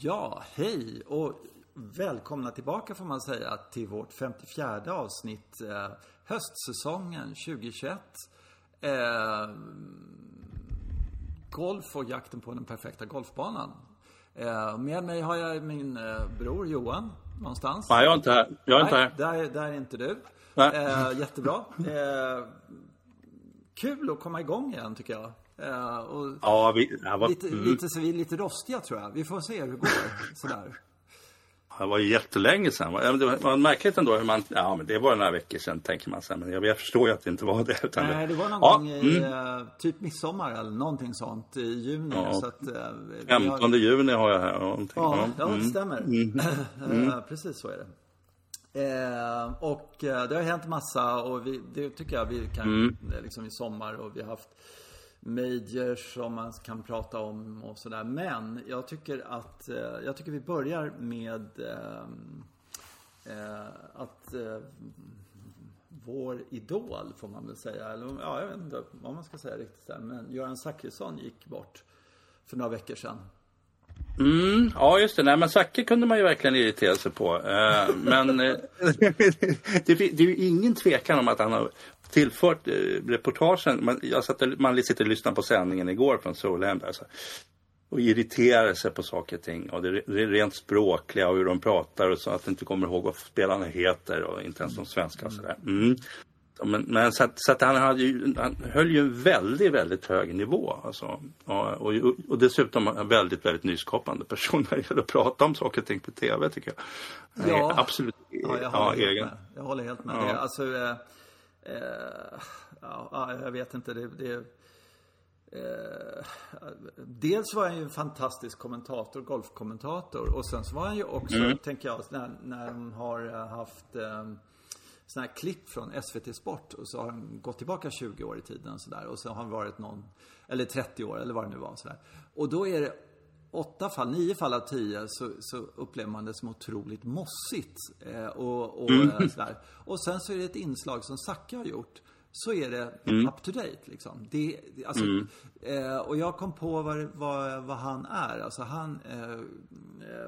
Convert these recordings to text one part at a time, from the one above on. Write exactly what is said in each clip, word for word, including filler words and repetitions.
Ja, hej och välkomna tillbaka får man säga till vårt femtiofjärde avsnitt, eh, höstsäsongen tjugohundratjugoett. Eh, golf och jakten på den perfekta golfbanan. Eh, med mig har jag min eh, bror Johan någonstans. Nej, jag är inte här. Jag är inte här. Nej, där, där är inte du. Eh, jättebra. Eh, kul att komma igång igen tycker jag. Uh, och ja, vi, var, lite, mm. lite, så vi är lite rostiga tror jag. Vi får se hur det går. Sådär. Det var jättelänge sedan. Det var märkligt ändå hur man... Ja, men det var några veckor sedan tänker man sig. Men jag, jag förstår ju att det inte var det. Utan Nej, det var någon ja, gång i mm. typ midsommar eller någonting sånt i juni. Ja, så att, uh, femtonde juni har jag här. Ja, ja, ja det stämmer. Mm. Mm. Uh, precis så är det. Eh, och eh, det har hänt massa. Och vi, det tycker jag vi kan mm. liksom i sommar. Och vi har haft majors som man kan prata om och sådär. Men jag tycker att eh, jag tycker vi börjar med eh, eh, att eh, vår idol får man väl säga, eller ja, jag vet inte vad man ska säga riktigt där, men Göran Zachrisson gick bort för några veckor sedan. Mm, ja just det, nej men Zacke kunde man ju verkligen irritera sig på. Eh, men eh, det, det är ju ingen tvekan om att han har tillfört eh, reportagen. Man, jag satt, man sitter och lyssnar på sändningen igår från Solheim där, så, och irriterar sig på saker och ting. Och det, det är rent språkliga och hur de pratar och så att de inte kommer ihåg vad spelarna heter och inte ens de svenska och sådär. Mm. Men, men så, att, så att han, hade ju, han höll ju en väldigt, väldigt hög nivå. Alltså. Och, och, och dessutom en väldigt, väldigt nyskapande person när det gäller att prata om saker och ting på tv tycker jag. Ja, Nej, absolut. Ja, jag, håller ja, egen. jag håller helt med. Ja. Det, alltså, eh, eh, ja, jag vet inte. Det, det, eh, dels var han ju en fantastisk kommentator, golfkommentator. Och sen så var han ju också, mm. tänker jag, när, när de har haft... Eh, såna här klipp från S V T Sport och så har han gått tillbaka tjugo år i tiden så där, och så har han varit någon eller trettio år eller vad det nu var så där. Och då är det åtta fall, nio fall av tio så, så upplever man det som otroligt mossigt eh, och, och mm. så där. Och sen så är det ett inslag som Zacke har gjort, så är det mm. up to date liksom. Det, alltså, mm. eh, och jag kom på vad, vad, vad han är. Alltså han eh, eh,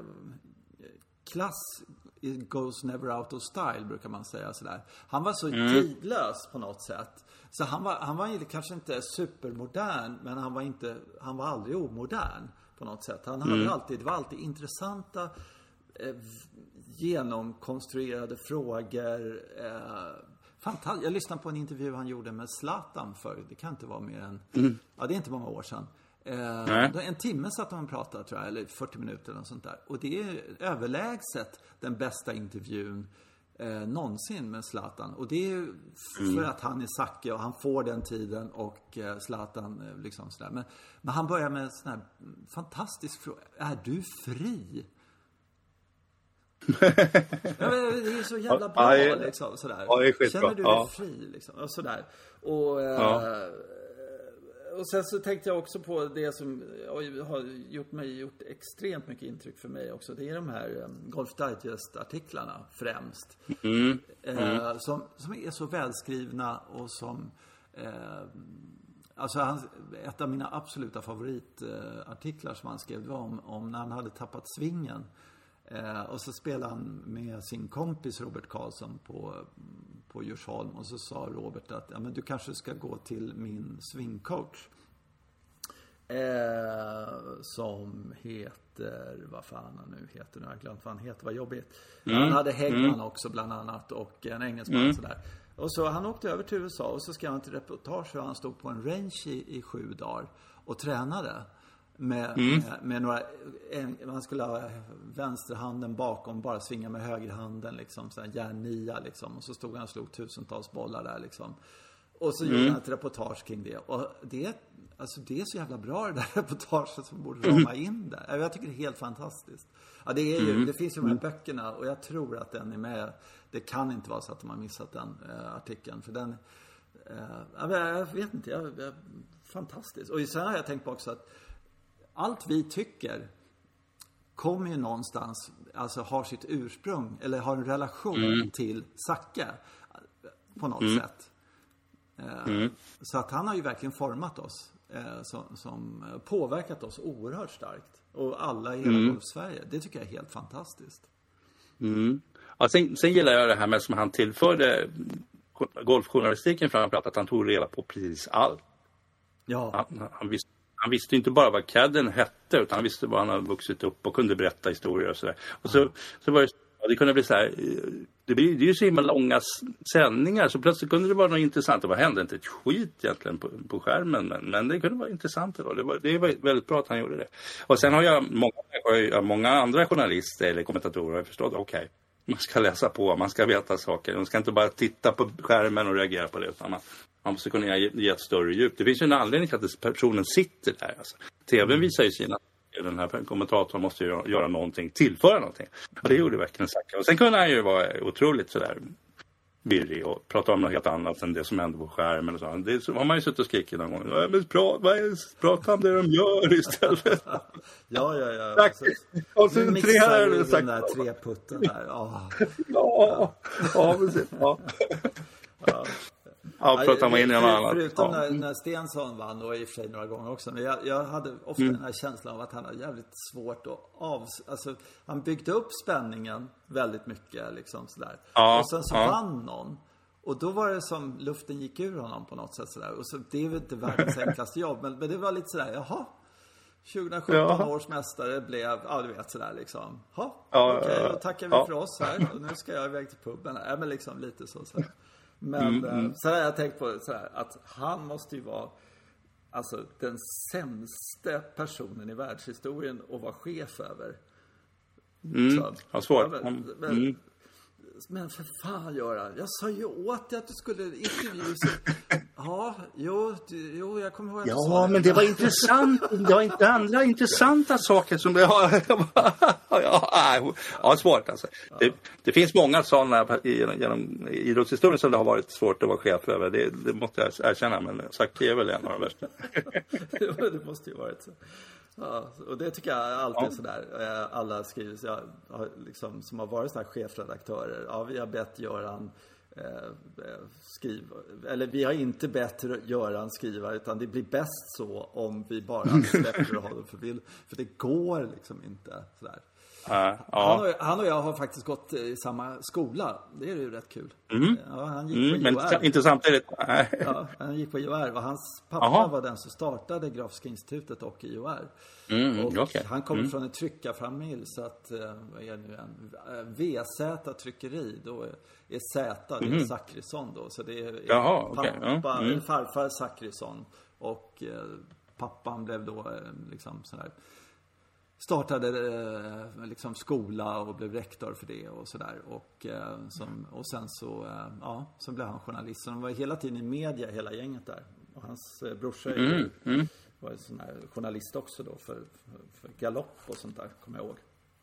klass It goes never out of style brukar man säga sådär. Han var så mm. tidlös på något sätt. Så han var, han var kanske inte supermodern, men han var inte, han var aldrig omodern på något sätt. Han hade mm. alltid, det var alltid intressanta eh, genomkonstruerade frågor. Eh, fantastiskt. Jag lyssnade på en intervju han gjorde med Zlatan för, det kan inte vara mer än, mm. ja det är inte många år sedan. Eh, en timme satt de och pratade tror jag, eller fyrtio minuter eller något sånt där. Och det är överlägset den bästa intervjun eh, någonsin med Zlatan. Och det är för mm. att han är Zacke och han får den tiden och eh, Zlatan eh, liksom sådär. Men, men han börjar med en sån här fantastisk fråga. Är du fri? Ja, det är så jävla bra liksom, sådär. Ja, det är skitbra. Känner du dig ja. fri liksom? Och sådär. Och... Eh, ja. Och sen så tänkte jag också på det som har gjort mig gjort extremt mycket intryck för mig också. Det är de här um, Golf Digest-artiklarna främst. Mm. Mm. Eh, som, som är så välskrivna och som... Eh, alltså han, ett av mina absoluta favoritartiklar som han skrev var om, om när han hade tappat svingen. Eh, och så spelade han med sin kompis Robert Karlsson på... på Djursholm, och så sa Robert att ja, men du kanske ska gå till min swingcoach eh, som heter, vad fan han nu heter, nu har jag glömt vad han heter, vad jobbigt. Mm. Han hade Häggman mm. också bland annat och en engelsman mm. sådär. Och så han åkte över till U S A och så skrev han till reportage och han stod på en range i, i sju dagar och tränade. Med, mm. med, med några en, man skulle ha vänsterhanden bakom, bara svinga med högerhanden liksom, så här järnia liksom, och så stod han och slog tusentals bollar där liksom, och så mm. gjorde han ett reportage kring det, och det, alltså det är så jävla bra det där reportaget som borde rama in där. Jag tycker det är helt fantastiskt. Ja, det är ju, mm. det finns ju de här böckerna och jag tror att den är med. Det kan inte vara så att de har missat den äh, artikeln, för den äh, jag vet inte, jag, jag, fantastiskt. Och sen har jag tänkt på också att allt vi tycker kommer ju någonstans, alltså har sitt ursprung eller har en relation mm. till Zacke på något mm. sätt. Mm. Så att han har ju verkligen format oss, som, som påverkat oss oerhört starkt. Och alla i hela mm. Golf-Sverige. Det tycker jag är helt fantastiskt. Mm. Ja, sen, sen gillar jag det här med som han tillförde golfjournalistiken framförallt, att han tog reda på precis allt. Ja. Han, han, visste, han visste inte bara vad cadden hette, utan han visste vad han hade vuxit upp och kunde berätta historier och sådär. Och så, mm. så var det, det kunde bli så här, det, blir, det är ju så himla långa sändningar, så plötsligt kunde det vara något intressant. Det var hände inte ett skit egentligen på, på skärmen, men, men det kunde vara intressant. Då. Det, var, det var väldigt bra att han gjorde det. Och sen har jag många, många andra journalister eller kommentatorer har förstått, okej. Okay. Man ska läsa på, man ska veta saker. Man ska inte bara titta på skärmen och reagera på det, utan man, man måste kunna ge, ge ett större djup. Det finns ju en anledning till att personen sitter där. Alltså. T V visar ju sina... Den här kommentatorn måste ju göra någonting, tillföra någonting. Och det gjorde verkligen Zacke. Och sen kunde han ju vara otroligt sådär virrig och prata om något helt annat än det som hände på skärmen och så. Det har man ju suttit och skrikit någon gång. Ja, men prata, prata om det de gör istället. ja, ja, ja. Tack. Och så mixar du den där treputten där. Oh. ja, ja, precis. Ja. ja. Ja, pratar man in i något annat. Förutom ja. när, när Stensson vann, och i och för sig några gånger också. Men jag, jag hade ofta mm. den här känslan av att han har jävligt svårt att av... Alltså, han byggde upp spänningen väldigt mycket, liksom sådär. Ja, och sen så ja. vann någon. Och då var det som luften gick ur honom på något sätt sådär. Och så, det är väl inte världens enklaste jobb. Men, men det var lite sådär, jaha. tjugo sjutton ja. års mästare blev, ja du vet sådär liksom. Ja, okej, okay, då tackar vi ja. för oss här. Och nu ska jag iväg till puben. Ja, men liksom lite så sådär. Men mm, mm. så har jag tänkt på så här, att han måste ju vara alltså den sämsta personen i världshistorien att vara chef över. Mm, så, ja, svårt. Ja, men, men, mm. men för fan Göran, jag sa ju åt dig att du skulle intervjua. Ja, jo, jo, jag kommer ihåg att ja, du sa men det. det var intressant. Det var inte andra intressanta saker som jag har. Ja, ja, svårt alltså. Ja. Det, det finns många sådana genom, genom idrottshistorien som det har varit svårt att vara chef över. Det, det måste jag erkänna, men Zacke är väl en av de värsta. Det måste ju varit så. Ja, och det tycker jag alltid ja. sådär. Alla skriver, jag har liksom, som har varit sådana här chefredaktörer. Ja, vi har bett Göran eh, skriva. Eller vi har inte bett Göran skriva, utan det blir bäst så om vi bara släpper honom för vill. För det går liksom inte sådär. Uh, ja. han, och, han och jag har faktiskt gått i samma skola. Det är ju rätt kul. Mm. Ja, han gick mm, på I O R. Men inte samtidigt. Ja, han gick på I O R. Och hans pappa Aha. var den som startade Grafiska institutet och I O R. Mm, och okay. han kommer mm. från en tryckarfamilj. Så att, vad är nu en V Z-tryckeri. Då är Z, det är mm. Zachrisson då. Så det är Jaha, pappa, okay. mm. farfar Zachrisson. Och eh, pappan blev då eh, liksom sådär... startade eh, liksom skola och blev rektor för det och sådär. Och, eh, som, och sen så, eh, ja, så blev han journalist. Så de var hela tiden i media, hela gänget där. Och hans eh, brorsa mm, mm. var en sån här journalist också då för, för, för Galopp och sånt där, kommer jag ihåg.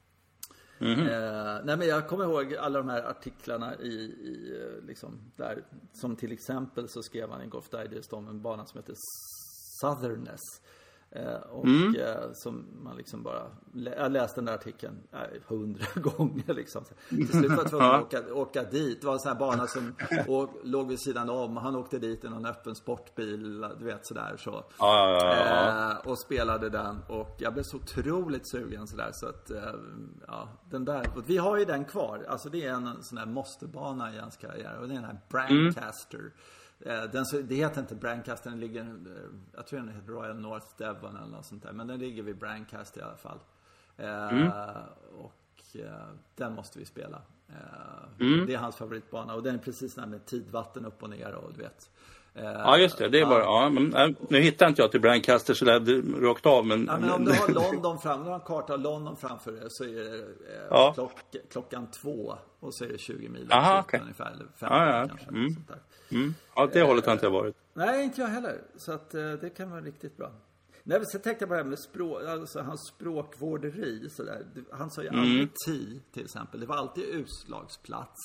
Mm. Eh, nej men jag kommer ihåg alla de här artiklarna i, i liksom där, som till exempel så skrev han i Golf Digest om en bana som heter Southerness. Eh, och mm. eh, som man liksom bara jag läste den där artikeln hundra eh, gånger liksom. Till slut var jag tvungen att åka, åka dit. Det var en sån här bana som och, låg vid sidan om. Han åkte dit i någon öppen sportbil, du vet sådär så. Ja, ja, ja, ja. Eh, och spelade den. Och jag blev så otroligt sugen sådär. Så att, eh, ja, den där. Och vi har ju den kvar. Alltså det är en sån här måste-bana i hans karriär. Och det är den här Brancaster. Mm. Den, det heter inte Brancaster, den ligger, jag tror den heter Royal North Devon eller något sånt där, men den ligger vid Brancaster i alla fall. Mm. Uh, och uh, den måste vi spela. Uh, mm. Det är hans favoritbana och den är precis där med tidvatten upp och ner och du vet. Uh, ja just det, det är bara, uh, ja, men, äh, nu hittar inte jag till Brancaster så där rakt av men... Ja, men om du har London fram, om du har en karta av London framför dig så är det uh, ja. klock, klockan två och så är det tjugo mil. Aha, okay. Ungefär, eller fem ja, ja. kanske. Mm. Sånt där. Mm. Ja, det hållet har inte jag varit. Nej, inte jag heller. Så att uh, det kan vara riktigt bra. Nej, så tänkte jag på det här med språk, alltså hans språkvårderi så där. Han sa ju mm. aldrig ti till exempel. Det var alltid utslagsplats.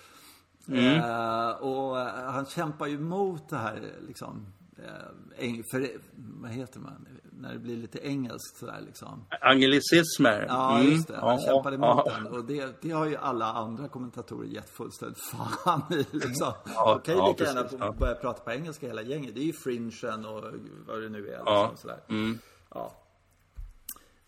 Mm. Uh, och uh, han kämpar ju mot det här liksom uh, för vad heter man när det blir lite engelskt så där liksom. Anglicismer. Ja, just det. Han ja, kämpade ja, mot ja. den och det, det har ju alla andra kommentatorer gett fullständigt fan i liksom. Ja, okej, okay, lika gärna ja. börja prata på engelska hela gänget. Det är ju fringen och vad det nu är liksom, ja. sådär. Mm. Ja.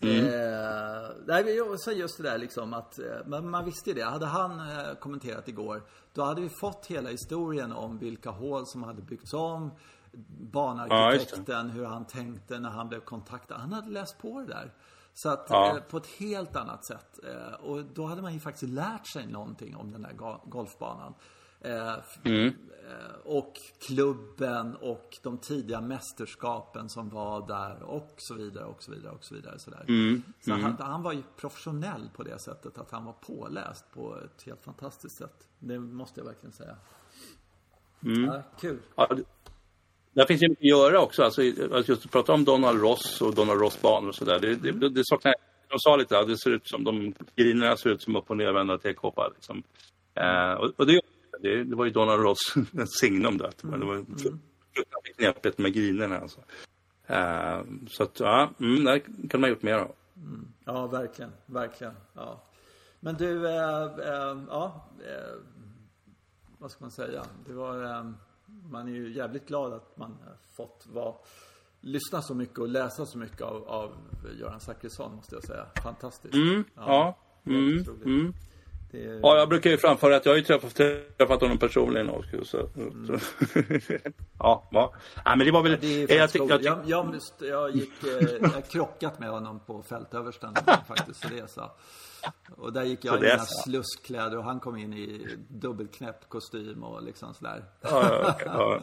Mm. Eh, nej, så just det där liksom att man, man visste det. Hade han eh, kommenterat igår, då hade vi fått hela historien om vilka hål som hade byggts om, banarkitekten, ja, hur han tänkte när han blev kontaktad. Han hade läst på det där. Så att ja. eh, på ett helt annat sätt. Eh, och då hade man ju faktiskt lärt sig någonting om den där ga- golfbanan. Eh, mm. eh, och klubben och de tidiga mästerskapen som var där och så vidare och så vidare och så vidare. Så, där. Mm. så mm. Han, han var ju professionell på det sättet att han var påläst på ett helt fantastiskt sätt. Det måste jag verkligen säga. Mm. Ja, kul. Ja, det, där finns ju mycket att göra också. Alltså, just att prata om Donald Ross och Donald Ross banor och sådär. Det, det, det, det saknar, de sa lite, ja, det ser ut som de grinerna ser ut som upp- och nervända tekoppar. Liksom. Eh, och, och det Det, det var ju Donald Ross en signum där. Mm. Det var fruktansvärt knepigt med grinerna. Alltså. Uh, så att, ja, mm, där kan man ha gjort mer av. Mm. Ja, verkligen. Verkligen. Ja. Men du, äh, äh, ja, äh, vad ska man säga? Det var, äh, man är ju jävligt glad att man har fått vara, lyssna så mycket och läsa så mycket av, av Göran Zachrisson, måste jag säga. Fantastiskt. Mm, ja. ja. Mm, mm. Är... Ja, jag brukar ju framföra att jag har ju träffat, träffat honom personligen också. Så, mm. så. ja, ja. ja, men det var väl... Ja, det är jag, jag, jag, jag, jag gick... Jag har krockat med honom på fältöversten faktiskt, så det är så. Och där gick jag i mina slusskläder och han kom in i dubbelknäppt kostym och liksom sådär. Ja, ja,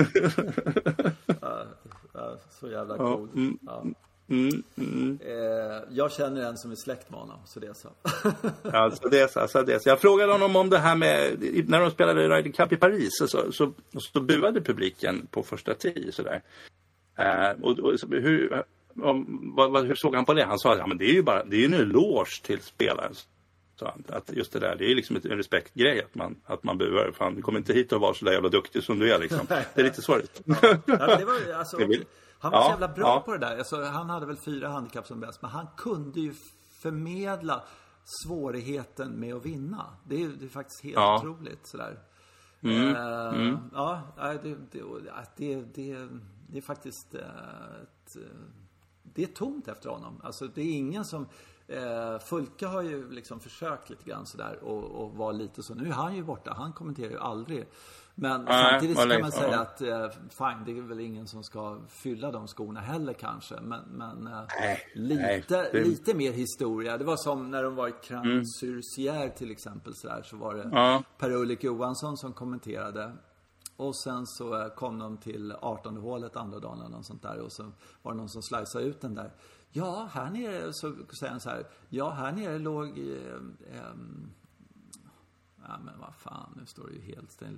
ja. ja, så jävla cool. Ja. Mm. Ja. Mm, mm. Eh, jag känner en som är släkt med honom, så det är så. ja, så det är så, så det är så. Jag frågade honom om det här med när de spelade Ryder Cup i Paris, så, så, så buade publiken på första tio sådär. Eh, och, och hur, om, vad, hur såg han på det? Han sa att ja, men det är ju bara, det är ju en eloge till spelaren. Så att just det där, det är liksom en respektgrej att man, att man buar. Fan, du kommer inte hit och vara så där jävla duktig som du är liksom. Det är lite svårt. ja. Ja, det var, alltså, han var ja, så jävla bra ja. på det där. Alltså, han hade väl fyra handikapp som bäst, men han kunde ju förmedla svårigheten med att vinna. Det är, det är faktiskt helt ja. otroligt sådär. Mm. Uh, mm. Ja, det, det, det, det, det är faktiskt uh, ett, det är tomt efter honom. Alltså det är ingen som uh, Fulke har ju liksom försökt lite grann sådär och, och var lite så. Nu är han ju borta, han kommenterar ju aldrig. Men nej, samtidigt kan man säga ja. att uh, fine, det är väl ingen som ska fylla de skorna heller kanske. Men, men uh, nej, lite, nej, det... lite mer historia. Det var som när de var i Kransurcier mm. till exempel sådär, så var det ja. Per-Ulrik Johansson som kommenterade. Och sen så uh, kom de till artonde hålet andra dagen eller något sånt där. Och så var det någon som sliceade ut den där. Ja, här nere så säger han så här. Ja, här nere låg uh, um, ja men vad fan, nu står det ju helt still.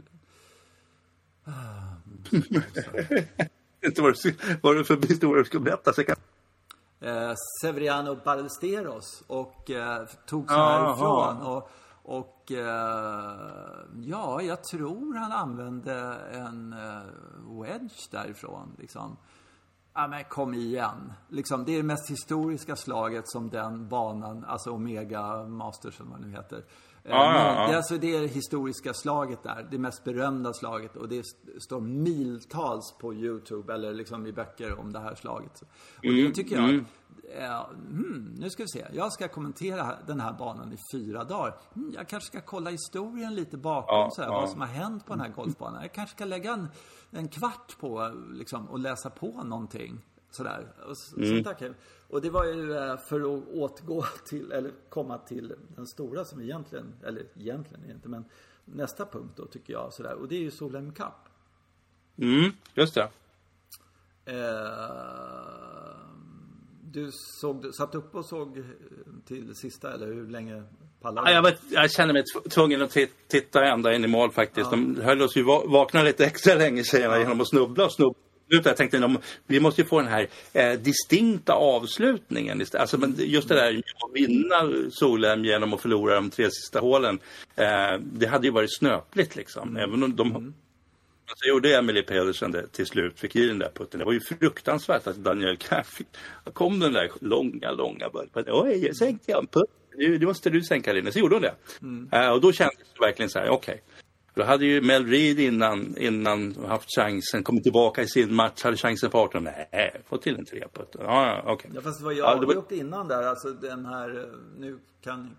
Inte vad var det för historia du skulle berätta så kan... eh, Severiano Ballesteros och eh, tog sig härifrån och, och eh, ja, jag tror han använde en eh, wedge därifrån liksom. Ja, men kom igen. Liksom, det är det mest historiska slaget som den banan, alltså Omega Masters som man nu heter. Ah, men, ja, ja. Det, alltså, det är det historiska slaget där. Det mest berömda slaget. Och det står miltals på YouTube eller liksom i böcker om det här slaget. Och mm, det tycker jag... Mm. Ja, hmm, nu ska vi se. Jag ska kommentera den här banan i fyra dagar. Hmm, jag kanske ska kolla historien lite bakom. Ja, så här, ja. Vad som har hänt på den här golfbanan. Jag kanske ska lägga en, en kvart på liksom, och läsa på någonting. Sådär. Och, mm. sånt där. Och det var ju för att återgå till, eller komma till den stora som egentligen, eller egentligen inte, men nästa punkt då tycker jag sådär. Och det är ju Solheim Cup. Mm, just det. Eh, du såg, satt upp och såg till sista, eller hur länge pallade? Ja, jag, vet, jag känner mig tvungen att t- titta ända in i mål faktiskt. Ja. De höll oss ju va- vakna lite extra länge tjejerna ja. genom att snubbla och snubbla. Jag tänkte att vi måste ju få den här eh, distinkta avslutningen. Alltså, men just det där att vinna Solheim genom att förlora de tre sista hålen. Eh, det hade ju varit snöpligt liksom. Mm. Även om de... Mm. Alltså, gjorde Emily Pedersen det till slut, fick i den där putten. Det var ju fruktansvärt att Daniel Caff kom den där långa, långa början. Oj, jag sänkte jag en putt. Det måste du sänka, Linne. Så gjorde hon det. Mm. Eh, och då kändes det verkligen så här, okej. Okay. Då hade ju Mel Reid innan, innan haft chansen, kommit tillbaka i sin match, hade chansen på arton. Nej, få till en treputt. Ja, ja, okej. Okay. Ja, fast vad jag ja, har gjort innan där, alltså den här, nu kan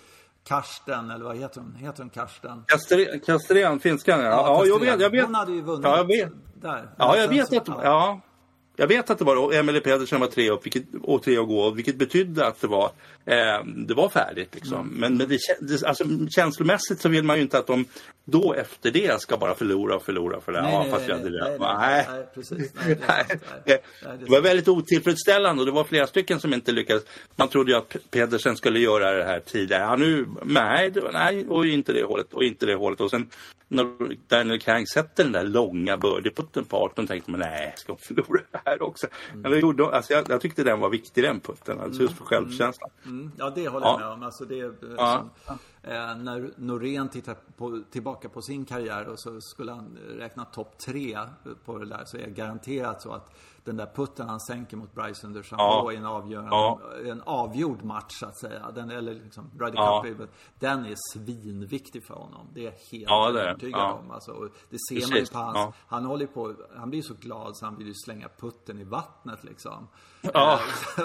Karsten, eller vad heter hon? Heter hon Karsten? Kastrén, Kastrén finskan, ja. Ja, ja jag vet, jag vet. Hon hade ju vunnit ja, jag vet. Där. Ja, jag vet att, ja. Jag vet att det var Emily Pedersen var tre upp vilket, och tre att gå, vilket betydde att det var, eh, det var färdigt. Liksom. Mm. Men, men det, det, alltså, känslomässigt så vill man ju inte att de då efter det ska bara förlora och förlora för det. Nej, ja, nej, fast nej, nej, nej, nej, nej. nej, precis. Nej, det, nej, nej, nej, det, det var väldigt otillfredsställande och det var flera stycken som inte lyckades. Man trodde ju att Pedersen skulle göra det här tidigare. Ja, nu, nej, det var, nej, och inte det hålet, och inte det hålet. Och sen när Daniel Kang sätter den där långa birdieputten på arton tänkte man, nej, ska de förlora det här också? Mm. Men det gjorde, alltså, jag, jag tyckte den var viktig, den putten, alltså just för självkänslan. Mm. Ja, det håller jag ja. med om. Alltså, det är, ja. som, eh, när Norén tittar på, tillbaka på sin karriär och så skulle han räkna topp tre på det där, så är det garanterat så att den där putten han sänker mot Bryson DeChambeau ja. i en, avgörande, ja. en avgjord match så att säga. Den, eller liksom Ryder ja. Cup, den är svinviktig för honom. Det är helt ja, det är. övertygad ja. om. Alltså, det ser Precis. man ju på hans, ja. han håller på, han blir så glad så han vill ju slänga putten i vattnet liksom. Ja.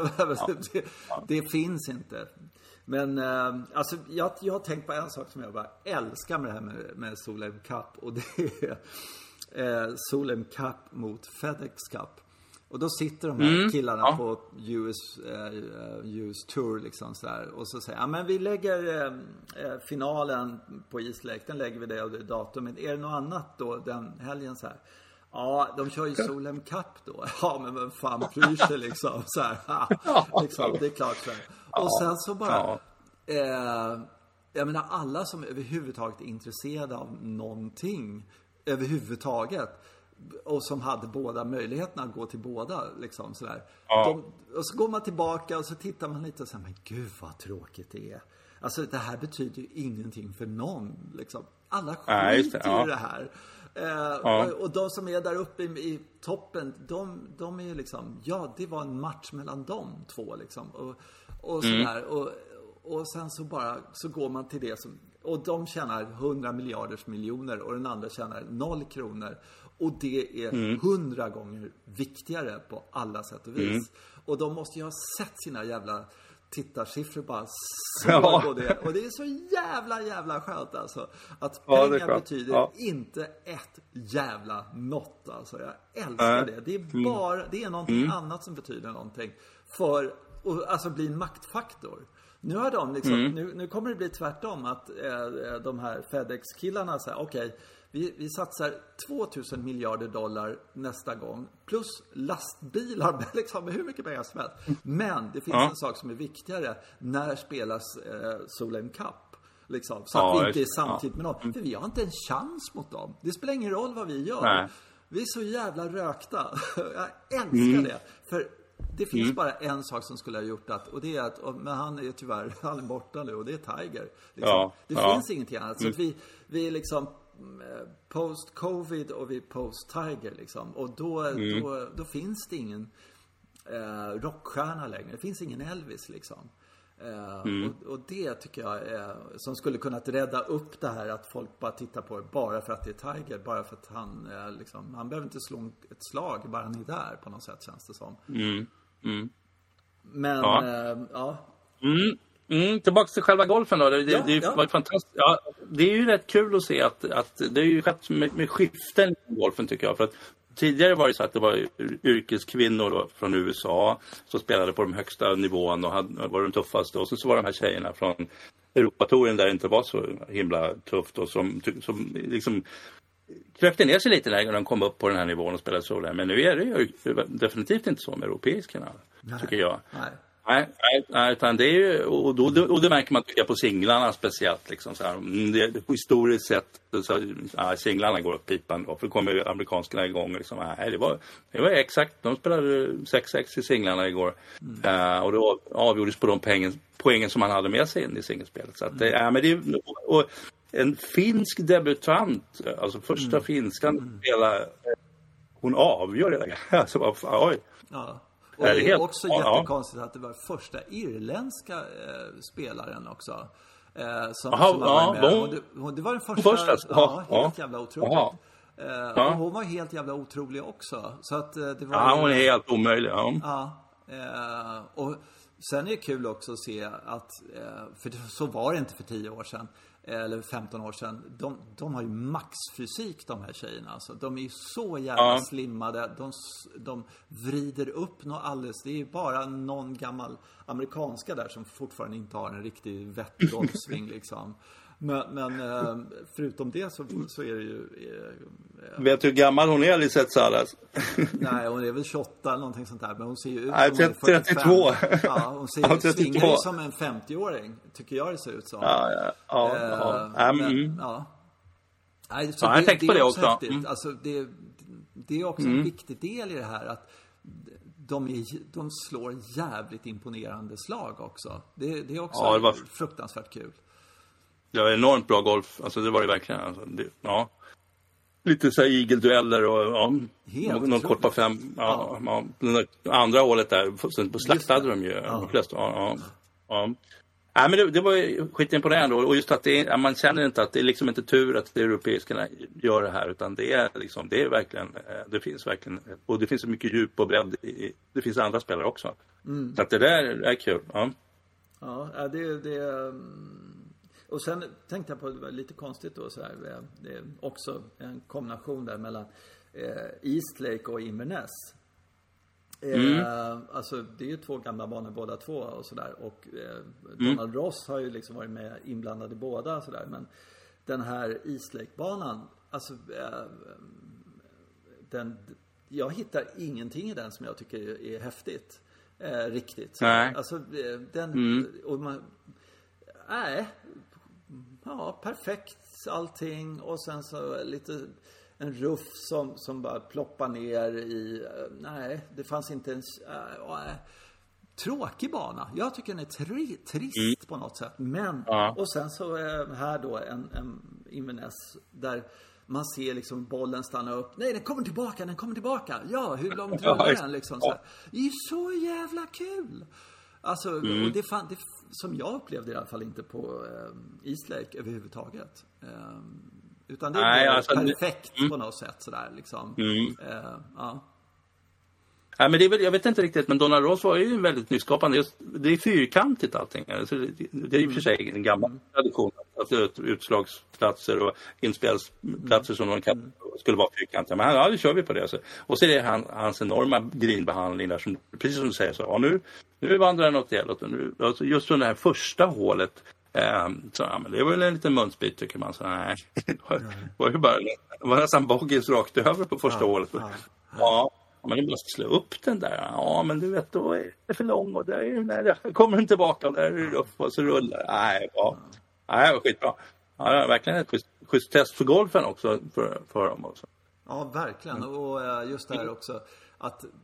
det, det finns inte. Men äh, alltså, jag, jag har tänkt på en sak som jag bara älskar med det här med, med Solheim Cup. Och det är äh, Solheim Cup mot FedEx Cup. Och då sitter de här mm, killarna ja. på U S, uh, U S Tour liksom så här, och så säger ja men vi lägger uh, finalen på Islake, den lägger vi det och det datumet. Är det något annat då den helgen så här? Ja, de kör ju Solheim Cup då. Ja, men vem fan bryr sig liksom så här. Ja, liksom, det är klart så här. Och sen så bara ja. eh, jag menar alla som överhuvudtaget är intresserade av någonting överhuvudtaget och som hade båda möjligheterna att gå till båda liksom sådär. Ja. De, och så går man tillbaka och så tittar man lite och säger men gud vad tråkigt det är. Alltså det här betyder ju ingenting för någon liksom. Alla skiter ja, ja. i det här. Eh, ja. och, och de som är där uppe i, i toppen, de, de är ju liksom, ja det var en match mellan de två liksom. Och, och sådär. Mm. Och, och sen så bara så går man till det som, och de tjänar hundra miljarders miljoner och den andra tjänar noll kronor. Och det är mm. hundra gånger viktigare på alla sätt och vis. Mm. Och de måste ju ha sett sina jävla tittarsiffror bara så ja. på det. Och det är så jävla jävla skönt alltså. Att pengar ja, betyder ja. inte ett jävla något alltså. Jag älskar äh. det. Det är bara, det är någonting mm. annat som betyder någonting. För att alltså bli en maktfaktor. Nu har de liksom, mm. nu, nu kommer det bli tvärtom att eh, de här FedEx-killarna säger okej, okay, vi, vi satsar tvåtusen miljarder dollar nästa gång plus lastbilar liksom, med hur mycket pengar som helst. Men det finns ja. en sak som är viktigare. När spelas eh, Solheim Cup? Liksom, så ja, att vi inte är samtidigt ja. med dem. För vi har inte en chans mot dem. Det spelar ingen roll vad vi gör. Nej. Vi är så jävla rökta. Jag älskar mm. det. För det finns mm. bara en sak som skulle ha gjort att, och det är att, men han är tyvärr han är borta nu och det är Tiger. Liksom. Ja, det ja. finns ingenting annat. Så mm. att vi, vi är liksom post-covid och vi post-Tiger liksom. Och då, mm. då, då finns det ingen eh, rockstjärna längre. Det finns ingen Elvis liksom. Eh, mm. och, och det tycker jag är, som skulle kunna rädda upp det här att folk bara tittar på det bara för att det är Tiger, bara för att han eh, liksom, han behöver inte slå ett slag, bara han är där på något sätt känns det som. Mm. Mm. Men ja, eh, ja. Mm. Mm, tillbaka till själva golfen då. Det, ja, det, det ja. var fantastiskt. Ja, det är ju rätt kul att se att, att det är ju rätt med, med skiften i golfen tycker jag. För att tidigare var det så att det var yrkeskvinnor då, från U S A som spelade på de högsta nivån och hade, var de tuffaste. Och sen så var de här tjejerna från Europatouren där det inte var så himla tufft och som, som liksom krökte ner sig lite när de kom upp på den här nivån och spelade så där. Men nu är det ju definitivt inte så med europeiskarna, tycker jag. Nej. Nej, nej, utan det är ju, och, då, och det märker man tycker jag på singlarna speciellt liksom så här, det, historiskt sett så, ja, singlarna går upp pipan då, för då kommer ju amerikanskarna igång liksom, nej, det var, det var exakt, de spelade sex sex i singlarna igår mm. uh, och då avgjordes på de poängen, poängen som man hade med sig in i singelspelet så att det, mm. ja, men det och en finsk debutant, alltså första mm. finskan mm. hela, hon avgör det alltså, bara, oj ja. Och det är också ja, jättekonstigt att det var första irländska eh, spelaren också Eh, som, Aha, som var med. ja, Hon, hon, hon, det var den första. första ja, ja, helt jävla otroligt. Ja. Eh, Ja. Och hon var helt jävla otrolig också. Så att eh, det var Ja, ju, hon är helt omöjlig. Ja. Ja. Eh, och sen är det kul också att se att, eh, för det, så var det inte för tio år sedan. Eller femton år sedan. De, de har ju maxfysik, de här tjejerna. Alltså. De är ju så jävla Ja. slimmade. De, de vrider upp något alldeles. Det är ju bara någon gammal amerikanska där som fortfarande inte har en riktig vett golfsving liksom. Men, men eh, förutom det så, så är det ju... Eh, Vet du hur gammal hon är, Lisette Salas? nej, hon är väl tjugoåtta eller någonting sånt där. Men hon ser ju ut Nej, som hon är trettiotvå. fyrtiofem. Ja, hon ser, Ja, trettiotvå. svingar ju som en femtio-åring. Tycker jag det ser ut som. Ja, ja, ja. Eh, ja. ja, men, men, ja. Nej, så Ja, jag det, tänkte det på är det också också. häftigt. Mm. Alltså, det, det är också en viktig del i det här att de, är, de slår jävligt imponerande slag också. Det, det är också Ja, det var- fruktansvärt kul. Det var enormt bra golf. Alltså det var det verkligen. Alltså, det, ja. Lite så här igeldueller och ja, Helt någon otroligt. kort på fem. Ja, ja. Den där andra hålet där, sen på slaktade de ju. Ja. De flesta, ja, ja, ja. Nej, men det, det var ju skitimponerande. Och just att det är, man känner inte att det är liksom inte tur att det europeiska gör det här. Utan det är liksom, det är verkligen, det finns verkligen, och det finns så mycket djup och bredd i, det finns andra spelare också. Mm. Så att det där är kul. Ja, Ja, det, det och sen tänkte jag på, det var lite konstigt då så här, det är också en kombination där mellan eh, Eastlake och Inverness. Mm. Eh, alltså det är ju två gamla banor båda två och sådär. Och eh, Donald mm. Ross har ju liksom varit med inblandad i båda och sådär. Men den här Eastlake-banan, alltså eh, den, jag hittar ingenting i den som jag tycker är, är häftigt. Eh, riktigt. Nej. Alltså eh, den, Mm. och man, nej, ja, perfekt allting. Och sen så lite en ruff som, som bara ploppar ner i, nej, det fanns inte ens, äh, äh, tråkig bana. Jag tycker den är tri, trist mm. på något sätt. Men, ja. Och sen så äh, här då en, en Inverness där man ser liksom bollen stanna upp. Nej, den kommer tillbaka, den kommer tillbaka. Ja, hur långt rullar den liksom så här. Det är ju så jävla kul. Alltså, mm. och det, fan, det som jag upplevde i alla fall inte på äh, Eastlake överhuvudtaget. Ähm, Utan det är Nej, alltså, perfekt mm. på något sätt sådär liksom. Mm. Uh, ja. Ja, men det är väl, jag vet inte riktigt, men Donald Ross var ju väldigt nyskapande. Just, det är fyrkantigt allting. Alltså, det, det är ju för sig en gammal mm. tradition. Alltså, utslagsplatser och inspelsplatser mm. som de kan, skulle vara fyrkantiga. Men ja, det kör vi på det. Alltså. Och så är det han, hans enorma greenbehandling där som, precis som du säger, så, ja, nu, nu vandrar den åt det hållet. Nu, alltså, just det här första hålet. Um, så, ja, men det var väl en liten munsbit tycker man. Så, nej. det var ju bara, det var nästan boggis rakt över på första ja, hålet. Ja, ja. ja, men det måste slå upp den där. Ja, men du vet, då är det för lång och där är, nej, där kommer den tillbaka och där är det upp och så rullar. Nej, ja. Nej, det var skitbra. Ja, det var verkligen ett schysst, schysst test för golfen också för, för dem också. Ja, verkligen. Och just det här också att eh,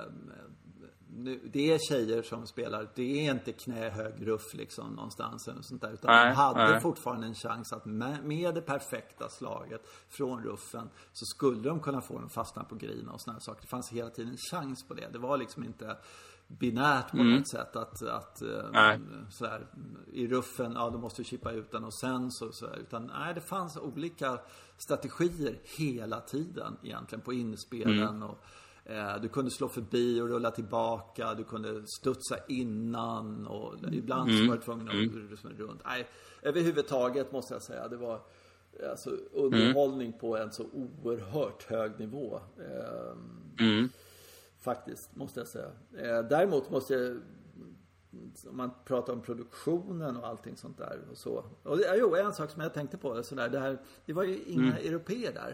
nu, det är tjejer som spelar. Det är inte knähög ruff liksom någonstans eller sånt där, utan nej, de hade nej. fortfarande en chans att med, med det perfekta slaget från ruffen så skulle de kunna få den fastna på green och såna här saker. Det fanns hela tiden en chans på det. Det var liksom inte binärt på mm. något sätt att, att sådär, i ruffen, ja, då måste du chippa ut den och sen så, så utan nej, det fanns olika strategier hela tiden egentligen på inspelen mm. och du kunde slå förbi och rulla tillbaka. Du kunde studsa innan. Och ibland mm. så var du tvungen att mm. runt. Nej, överhuvudtaget måste jag säga. Det var alltså underhållning mm. på en så oerhört hög nivå. Mm. Faktiskt, måste jag säga. Däremot måste jag, om man pratar om produktionen och allting sånt där och så. Och det, jo, en sak som jag tänkte på. Så där, det, här, det var ju inga mm. europeer där.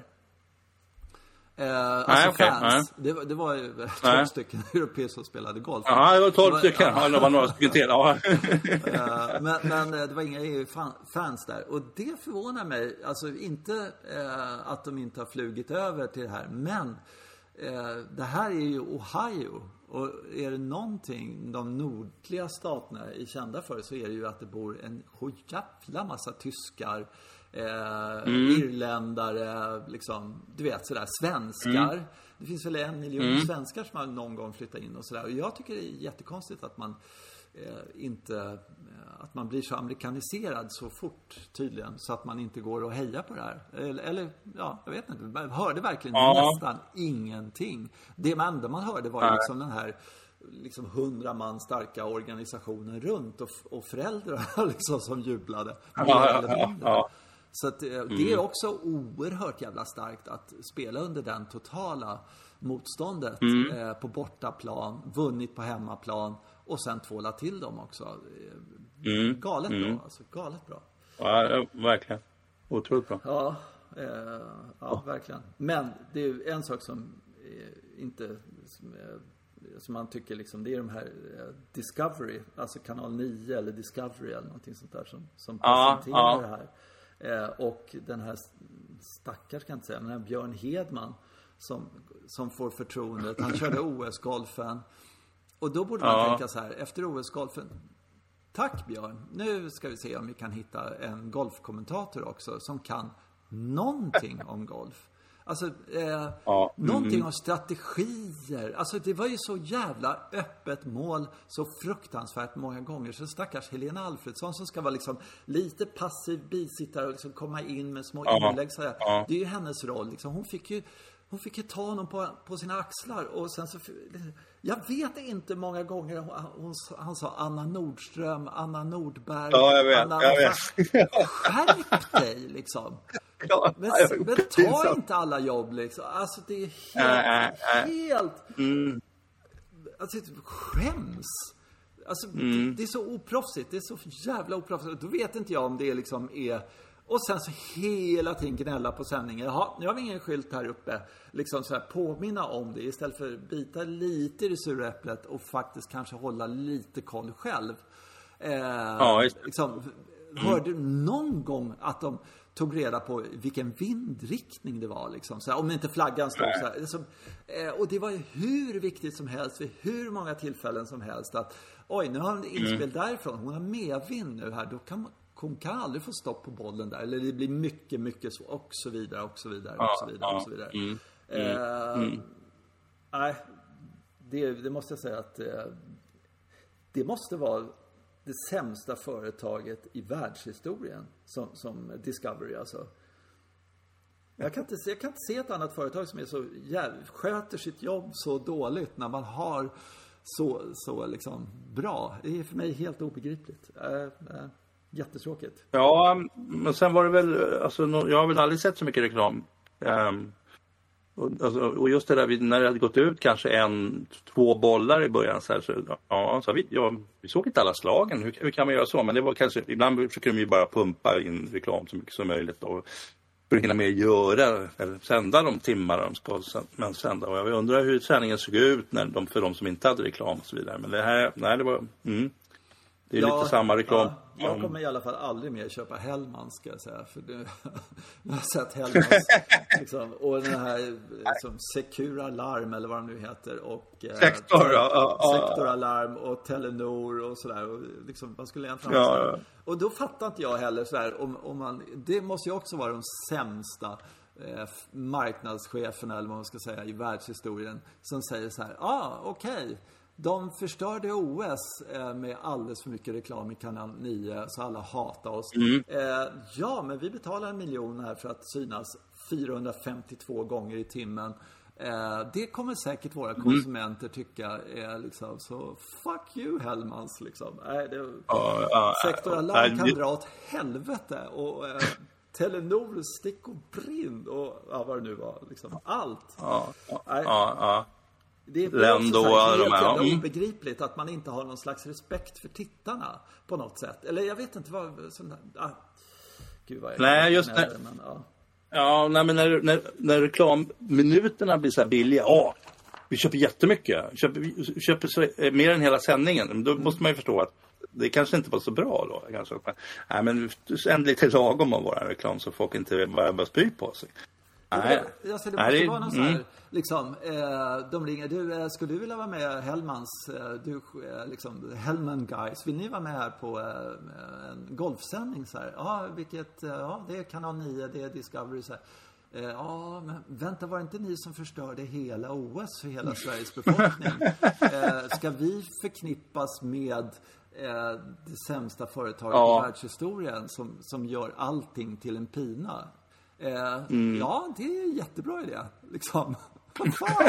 Eh, alltså nej, okay, fans. Det, det var ju tolv nej. stycken europeer som spelade golf. Ja, det var tolv det var, stycken. Ja, det var några stycken till. Ja. eh, men, men det var inga E U-fans där. Och det förvånar mig. Alltså inte eh, att de inte har flugit över till det här. Men eh, det här är ju Ohio. Och är det någonting de nordliga staterna är kända för, så är det ju att det bor en jävla massa tyskar. Eh, mm. irländare, liksom, du vet sådär, svenskar. Mm. Det finns väl en miljon mm. svenskar som har någon gång flyttat in och sådär. Och jag tycker det är jättekonstigt att man eh, inte att man blir så amerikaniserad så fort tydligen så att man inte går och hejar på det här. Eller, eller ja, jag vet inte. Man hörde verkligen ja. nästan ingenting. Det enda man hörde var liksom den här liksom hundra man starka organisationen runt och, och föräldrar liksom som jublade. Ja, ja, ja, ja. Så att, det mm. är också oerhört jävla starkt att spela under den totala motståndet mm. eh, på bortaplan, vunnit på hemmaplan och sen tvåla till dem också. Mm. Galet mm. bra, alltså galet bra. Ja, verkligen. Otroligt bra. Ja, eh, ja oh. verkligen. Men det är ju en sak som eh, inte som, eh, som man tycker liksom, det är de här eh, Discovery, alltså kanal nio eller Discovery eller någonting sånt där som, som presenterar ja, ja. det här. Eh, och den här stackars kan jag inte säga, men den här Björn Hedman som, som får förtroendet. Han körde O S-golfen. Och då borde man ja. tänka så här, efter O S-golfen, tack Björn, nu ska vi se om vi kan hitta en golfkommentator också som kan någonting om golf. Alltså, eh, ja. mm. någonting om strategier. Alltså det var ju så jävla öppet mål så fruktansvärt många gånger. Så stackars Helena Alfredsson som ska vara liksom lite passiv bisittare och liksom komma in med små ja. inlägg. Så ja. Det är ju hennes roll. Liksom. Hon fick ju Hon fick ju ta honom på, på sina axlar. Och sen så... Jag vet inte många gånger hon, hon, han sa Anna Nordström, Anna Nordberg. Ja, jag vet. Anna, jag vet. Skärp dig, liksom. Ja, men, men ta inte alla jobb, liksom. Alltså, det är helt... Äh, äh, helt mm. Alltså, skäms. Alltså, mm. det, det är så oproffsigt. Det är så jävla oproffsigt. Då vet inte jag om det liksom är... Och sen så hela tiden gnälla på sändningen. Jaha, nu har vi ingen skylt här uppe. Liksom så här påminna om det. Istället för att bita lite i det sura äpplet. Och faktiskt kanske hålla lite koll själv. Eh, ja, just det. Liksom, mm. Hörde du någon gång att de tog reda på vilken vindriktning det var? Liksom, så här, om inte flaggan stod så här. Liksom, eh, och det var ju hur viktigt som helst. Vid hur många tillfällen som helst. Att oj, nu har hon inspel mm. därifrån. Hon har medvind nu här. Då kan man... Hon kan aldrig få stopp på bollen där. Eller det blir mycket, mycket så. Och så vidare, och så vidare, och så vidare, och så vidare. Mm. Mm. Eh, mm. Nej, det, det måste jag säga att eh, det måste vara det sämsta företaget i världshistorien som, som Discovery, alltså. Jag kan, inte se, jag kan inte se ett annat företag som är så jävligt, sköter sitt jobb så dåligt när man har så, så liksom bra. Det är för mig helt obegripligt. Eh, eh. Jättetråkigt. Ja, men sen var det väl, alltså, jag har väl aldrig sett så mycket reklam. Um, och, alltså, och just det där, när det hade gått ut kanske en, två bollar i början så här, så, ja, så vi, ja, vi såg inte alla slagen. Hur, hur kan man göra så? Men det var kanske, ibland försöker de ju bara pumpa in reklam så mycket som möjligt och för att hinna med göra, eller sända de timmar de ska men sända. Och jag undrar hur sändningen såg ut när de, för de som inte hade reklam och så vidare. Men det här, nej det var, mm. Det är ja, lite samma reklam. Ja, jag kommer i alla fall aldrig mer köpa Hellman, ska jag säga. För det, jag har sett Hellmans liksom, och den här liksom, Secura Alarm eller vad de nu heter. Och, Sektor, eh, ja, ja, Sektor Alarm och Telenor och sådär. Och, liksom, man skulle egentligen ja, ja. Och då fattar inte jag heller sådär. Om, om man, det måste ju också vara de sämsta eh, marknadscheferna eller vad man ska säga i världshistorien. Som säger så här, ah okej. Okay. De förstörde O S eh, med alldeles för mycket reklam i kanal nio så alla hatar oss. Mm. Eh, ja, men vi betalar en miljon här för att synas fyrahundrafemtiotvå gånger i timmen. Eh, det kommer säkert våra konsumenter tycka är liksom så fuck you Hellmans liksom. Nej, det, uh, uh, Sektor Alarm uh, kan uh, dra åt helvete och eh, Telenor stick och brinn och ja, vad det nu var liksom allt. Ja, ja, ja. Det är Ländo, helt jävla mm. obegripligt att man inte har någon slags respekt för tittarna på något sätt. Eller jag vet inte vad sån där, ah, gud vad jag nej, just när, det, men, ja. Ja, nej, men när, när, när reklamminuterna blir så här billiga, ja, vi köper jättemycket. Köper, köper så, mer än hela sändningen. Då mm. måste man ju förstå att det kanske inte var så bra då. Kanske. Nej, men ändå lite lagom av våra reklam så folk inte bara börjar spy på sig. Nej. Jag ser det måste Nej, vara någon mm. så här, liksom, eh, de ringer, du, eh, skulle du vilja vara med Hellmans, eh, du, eh, liksom, Hellman Guys, vill ni vara med här på eh, en golfsändning så här? Ja, vilket, eh, ja, det är kanal nio, det är Discovery så här. Eh, ja, men vänta, var det inte ni som förstörde hela O S för hela Sveriges befolkning? Eh, ska vi förknippas med eh, det sämsta företaget ja. i världshistorien som, som gör allting till en pina. Eh, mm. Ja, det är en jättebra idé. Liksom. Vad fan?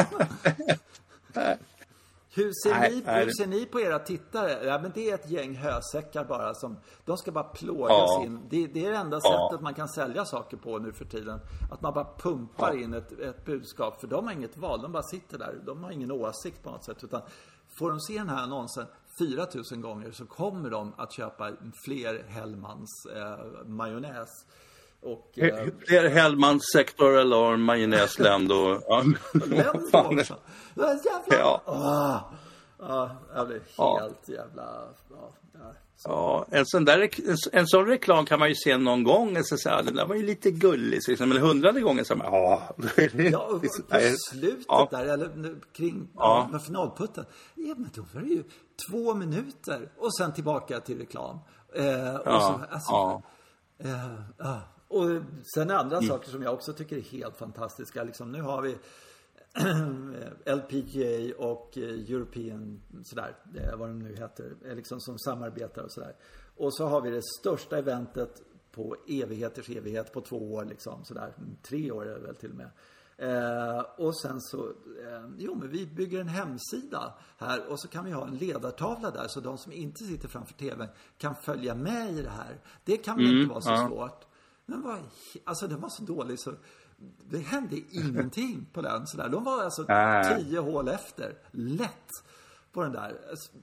Hur ser, nej, ni, hur ser ni på era tittare? Ja, men det är ett gäng hösäckar bara som, de ska bara plågas ja. in. Det, det är det enda ja. sättet man kan sälja saker på nu för tiden. Att man bara pumpar ja. in ett, ett budskap. För de har inget val, de bara sitter där. De har ingen åsikt på något sätt. Utan får de se den här annonsen fyra tusen gånger så kommer de att köpa fler Hellmans eh, majonnäs. Och, eh, fler Hellmans sektor eller majonnäsländ och ja. Länd också. Jävla. Ja. Ah. Ja, det blir helt ja. jävla ja, ja, ja, en sån där en, en sån reklam kan man ju se någon gång så så här, det där var ju lite gulligt liksom, men hundrade gången så man ja, ja och på slutet ja. där eller kring ja. med finalputten. Ja, men då var det ju två minuter och sen tillbaka till reklam. Eh, och ja. så alltså ja. eh, eh, och sen andra mm. saker som jag också tycker är helt fantastiska liksom, nu har vi L P G A och European sådär, vad de nu heter liksom, som samarbetar och sådär. Och så har vi det största eventet på evigheters evighet på två år liksom, sådär, tre år är det väl till och med. Eh, och sen så eh, jo men vi bygger en hemsida här och så kan vi ha en ledartavla där så de som inte sitter framför tvn kan följa med i det här. Det kan väl mm, inte vara så ja. svårt. Men var, alltså den var så dålig så det hände ingenting på den sådär. De var alltså äh. tio hål efter. Lätt på den där.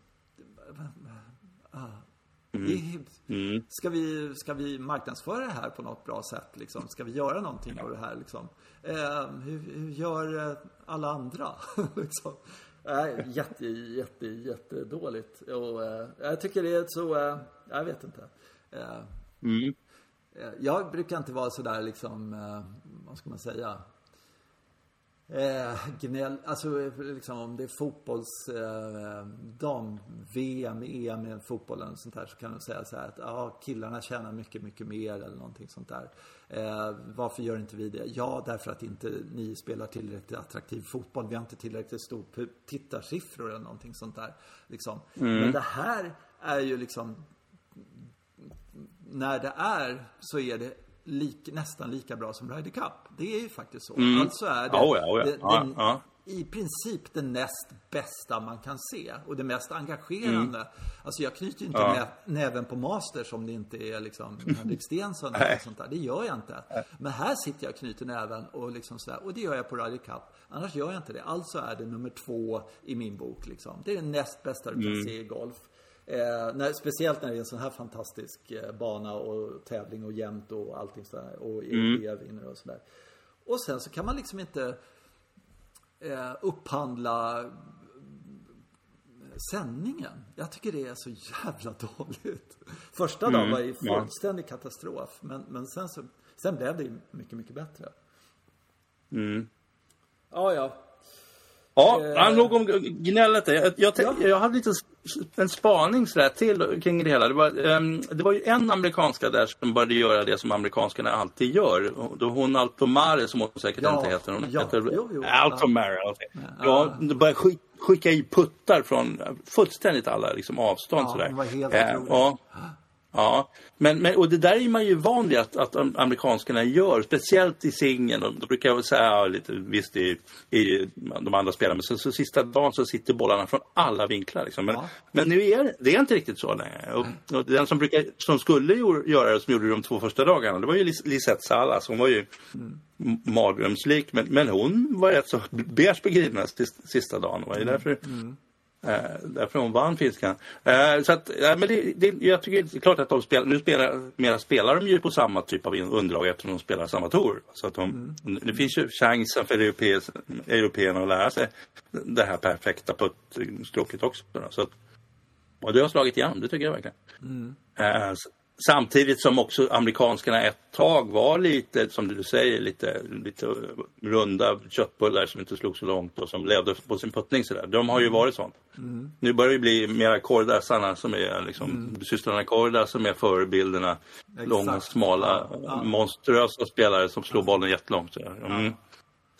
Mm. Mm. Ska, vi, ska vi marknadsföra det här på något bra sätt? Liksom? Ska vi göra någonting på det här? Liksom? Eh, hur, hur gör alla andra? liksom. eh, jätte, jätte, jätte dåligt. Och, eh, jag tycker det är så... Eh, jag vet inte. Eh, mm. Jag brukar inte vara så där liksom, eh, vad ska man säga, eh, gnäll, alltså liksom om det är fotbolls eh, dam-V M, E M i fotbollen och sånt där så kan man säga så här att ja, killarna tjänar mycket, mycket mer eller någonting sånt där. Eh, varför gör inte vi det? Ja, därför att inte ni spelar tillräckligt attraktiv fotboll. Vi har inte tillräckligt stor tittarsiffror eller någonting sånt där. Liksom. Mm. Men det här är ju liksom... När det är så är det lik, nästan lika bra som Ryder Cup. Det är ju faktiskt så. Mm. Alltså är det, oh ja, oh ja. det ja, den, ja. i princip det näst bästa man kan se. Och det mest engagerande. Mm. Alltså jag knyter ju inte ja. nä, näven på Masters om det inte är liksom Henrik Stenson eller sånt där. Det gör jag inte. Men här sitter jag och knyter näven och liksom sådär. Och det gör jag på Ryder Cup. Annars gör jag inte det. Alltså är det nummer två i min bok liksom. Det är det näst bästa du kan mm. se i golf. Eh, när, speciellt när det är en sån här fantastisk eh, bana och tävling och jämnt och allting sådär och E B mm. vinner och sådär. Och sen så kan man liksom inte eh, upphandla sändningen. Jag tycker det är så jävla dåligt. Första mm. dagen var ju fullständig ja. katastrof, men, men sen så sen blev det mycket mycket bättre. Mm. Ja ja. Ja, eh, nog om gnället. Jag, jag, ja. jag hade lite en spaning så där till kring det hela. Det var, um, det var ju en amerikanska där som började göra det som amerikanskarna alltid gör. Då hon Altomare, som hon säkert ja. inte heter. Hon ja. heter jo, jo. Altomare. Okay. Ja, ja, började skick, skicka i puttar från fullständigt alla liksom, avstånd. Ja, sådär. Det var helt eh, ja. Ja, men, men, och det där är man ju vanligt att, att amerikanskarna gör, speciellt i singeln. Och då brukar jag väl säga ja, lite visst i, i de andra spelarna, men så, så sista dagen så sitter bollarna från alla vinklar. Liksom. Men, ja. men nu är det, det är inte riktigt så längre. Och, och den som, brukar, som skulle göra det, som gjorde det de två första dagarna, det var ju Lisette Salas. Hon var ju mm. mardrömslik, men, men hon var rätt så beige begripna sista dagen. Det var ju därför... Mm. Uh, därför hon vann finskan. Uh, så att, uh, men det, det, jag tycker det är klart att de spelar, nu spelar, mera spelar de ju på samma typ av underlag eftersom de spelar samma tour. Så att de, mm. det finns ju chansen för européerna att lära sig det här perfekta puttstråket också. Så att, och det har slagit igen, det tycker jag verkligen. Mm. Uh, Samtidigt som också amerikanskarna ett tag var lite, som du säger, lite, lite runda köttbullar som inte slog så långt och som levde på sin puttning sådär. De har ju varit sånt. Mm. Nu börjar det bli mera Cordasarna som är liksom, mm. systrarna Cordas som är förebilderna. Exakt. Långa, smala, ja, ja. monströsa spelare som slår bollen jättelångt. Mm. Ja.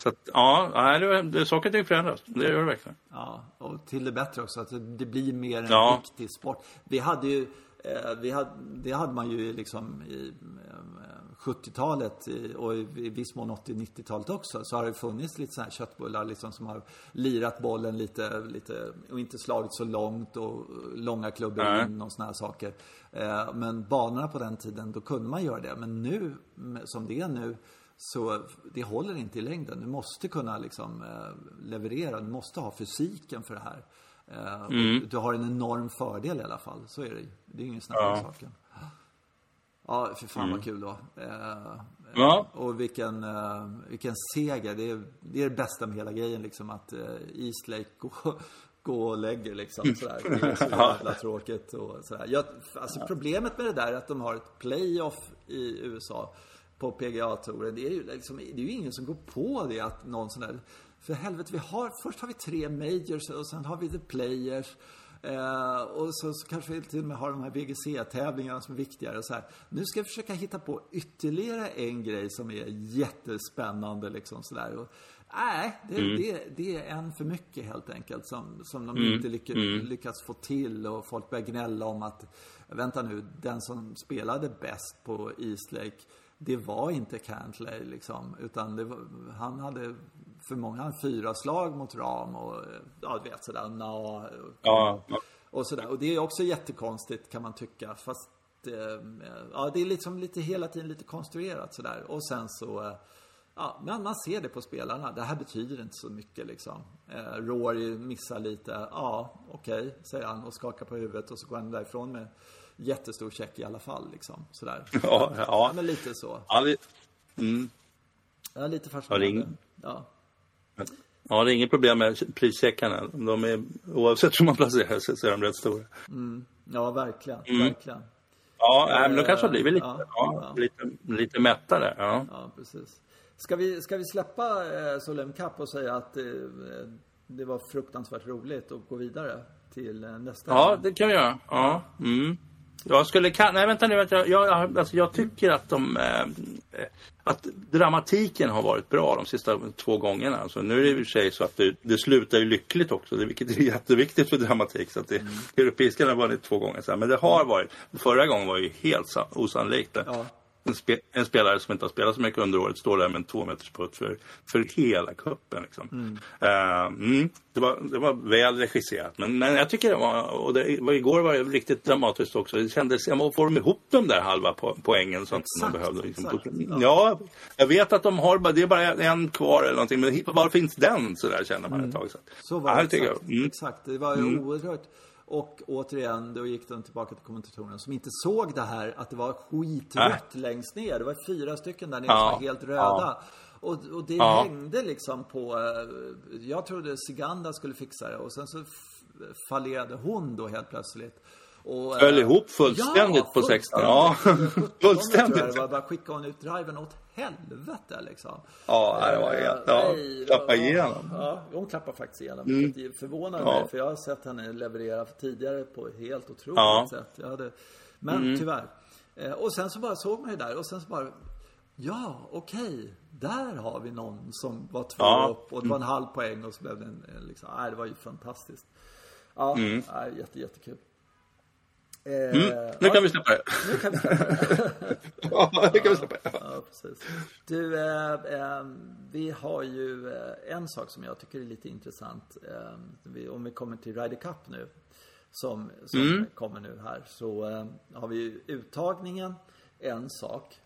Så att, ja, det, det, saker och ting förändras. Det gör det verkligen. Ja, och till det bättre också. Att det blir mer en ja. riktig sport. Vi hade ju, eh, vi hade, det hade man ju liksom i eh, sjuttiotalet och i viss mån åttio-nittiotalet också. Så har det funnits lite så här köttbullar liksom, som har lirat bollen lite, lite och inte slagit så långt och långa klubbor mm. in och såna här saker. Eh, men banorna på den tiden, då kunde man göra det. Men nu, som det är nu, så det håller inte i längden. Du måste kunna liksom eh, leverera. Du måste ha fysiken för det här. Eh, mm. Du har en enorm fördel i alla fall. Så är det. Det är ingen snack om ja. saken. Ja, för fan mm. vad kul då. Eh, ja. Och vilken, eh, vilken seger. Det är, det är det bästa med hela grejen. Liksom, att eh, Eastlake går, går och lägger. Liksom, sådär. Det är så jävla tråkigt. Och sådär. Jag, alltså, problemet med det där är att de har ett playoff i U S A på P G A-touren. Det är ju liksom, det är ju ingen som går på det att någon sån där, för helvete, vi har, först har vi tre majors och sen har vi the players eh, och så, så kanske vi till och med har de här V G C-tävlingarna som är viktigare och så här. Nu ska vi försöka hitta på ytterligare en grej som är jättespännande liksom sådär. Och nej, det, mm. det, det är en för mycket helt enkelt som, som de mm. inte lyck, mm. lyckas få till, och folk börjar gnälla om att vänta nu, den som spelade bäst på Eastlake, det var inte Cantley liksom, utan det var, han hade för många han fyra slag mot ram och ja, du vet sådär na, och, ja. och sådär, och det är också jättekonstigt kan man tycka, fast eh, ja, det är liksom lite hela tiden lite konstruerat sådär, och sen så eh, ja, men man ser det på spelarna, det här betyder inte så mycket liksom. eh, Rory missar lite, ja okej okay, säger han och skakar på huvudet, och så går han därifrån med jättestor check i alla fall liksom, sådär. Ja, ja. ja men lite så. Ja, det, mm. ja lite fascinerande. Ja, ja. ja, det är inget problem med prischeckarna. De är, oavsett hur man placerar sig så är de rätt stora. Mm. Ja, verkligen, mm. verkligen. Ja, äh, men då kanske det blir lite, ja, ja, ja. lite, lite mättare. Ja. ja, precis. Ska vi, ska vi släppa eh, Solheim Cup och säga att eh, det var fruktansvärt roligt och gå vidare till eh, nästa? Ja, det kan vi göra. Ja. Mm. Jag skulle kan nej vänta nu, jag jag alltså jag tycker att de eh, att dramatiken har varit bra de sista två gångerna. Alltså nu är det i och för sig så att det, det slutar ju lyckligt också, det, vilket är jätteviktigt för dramatik, så att det mm. europeiska har varit två gånger så här, men det har varit, förra gången var ju helt osannolikt. Ja. En, spe, en spelare som inte har spelat så mycket under året står där med en två meters putt för, för hela kuppen liksom. Mm. Uh, mm, det, var, det var väl regisserat, men, men jag tycker det var, och det var, igår var det riktigt dramatiskt också. Det kändes, jag får de ihop de där halva po- poängen som exakt, de behövde liksom. Exakt, ja. ja, jag vet att de har, det är bara en kvar eller någonting, men var finns den, så där känner man mm. ett tag så. Så var det, ja, exakt, jag, mm. exakt, det var ju mm. oerhört. Och återigen, då gick de tillbaka till kommentatorerna som inte såg det här, att det var skitrött äh. längst ner. Det var fyra stycken där nere ja. som var helt röda. Ja. Och, och det ja. hängde liksom på, jag trodde Siganda skulle fixa det, och sen så fallerade hon då helt plötsligt. Och, föll ihop fullständigt ja, på sexton. Ja, fullständigt. Det var bara skicka hon ut driven åt helvete liksom. Ja, det var helt, ja, nej, klappa igenom. Ja, hon klappar faktiskt igenom. Mm. Det förvånar ja. mig, för jag har sett henne leverera tidigare på ett helt otroligt ja. sätt. Jag hade, men mm. tyvärr. Och sen så bara såg man ju där, och sen så bara, ja, okej, okay, där har vi någon som var två ja. upp, och det var en halv poäng, och så blev det en, liksom, nej, det var ju fantastiskt. Ja, mm. nej, jätte, jättekul. Mm. Nu kan vi släppa det. Nu kan vi släppa det. Ja, nu kan vi släppa det. Ja, precis. Du, eh, eh, vi har ju eh, en sak som jag tycker är lite intressant. Eh, vi, om vi kommer till Ryder Cup nu, som, som mm. kommer nu här, så eh, har vi ju uttagningen, en sak.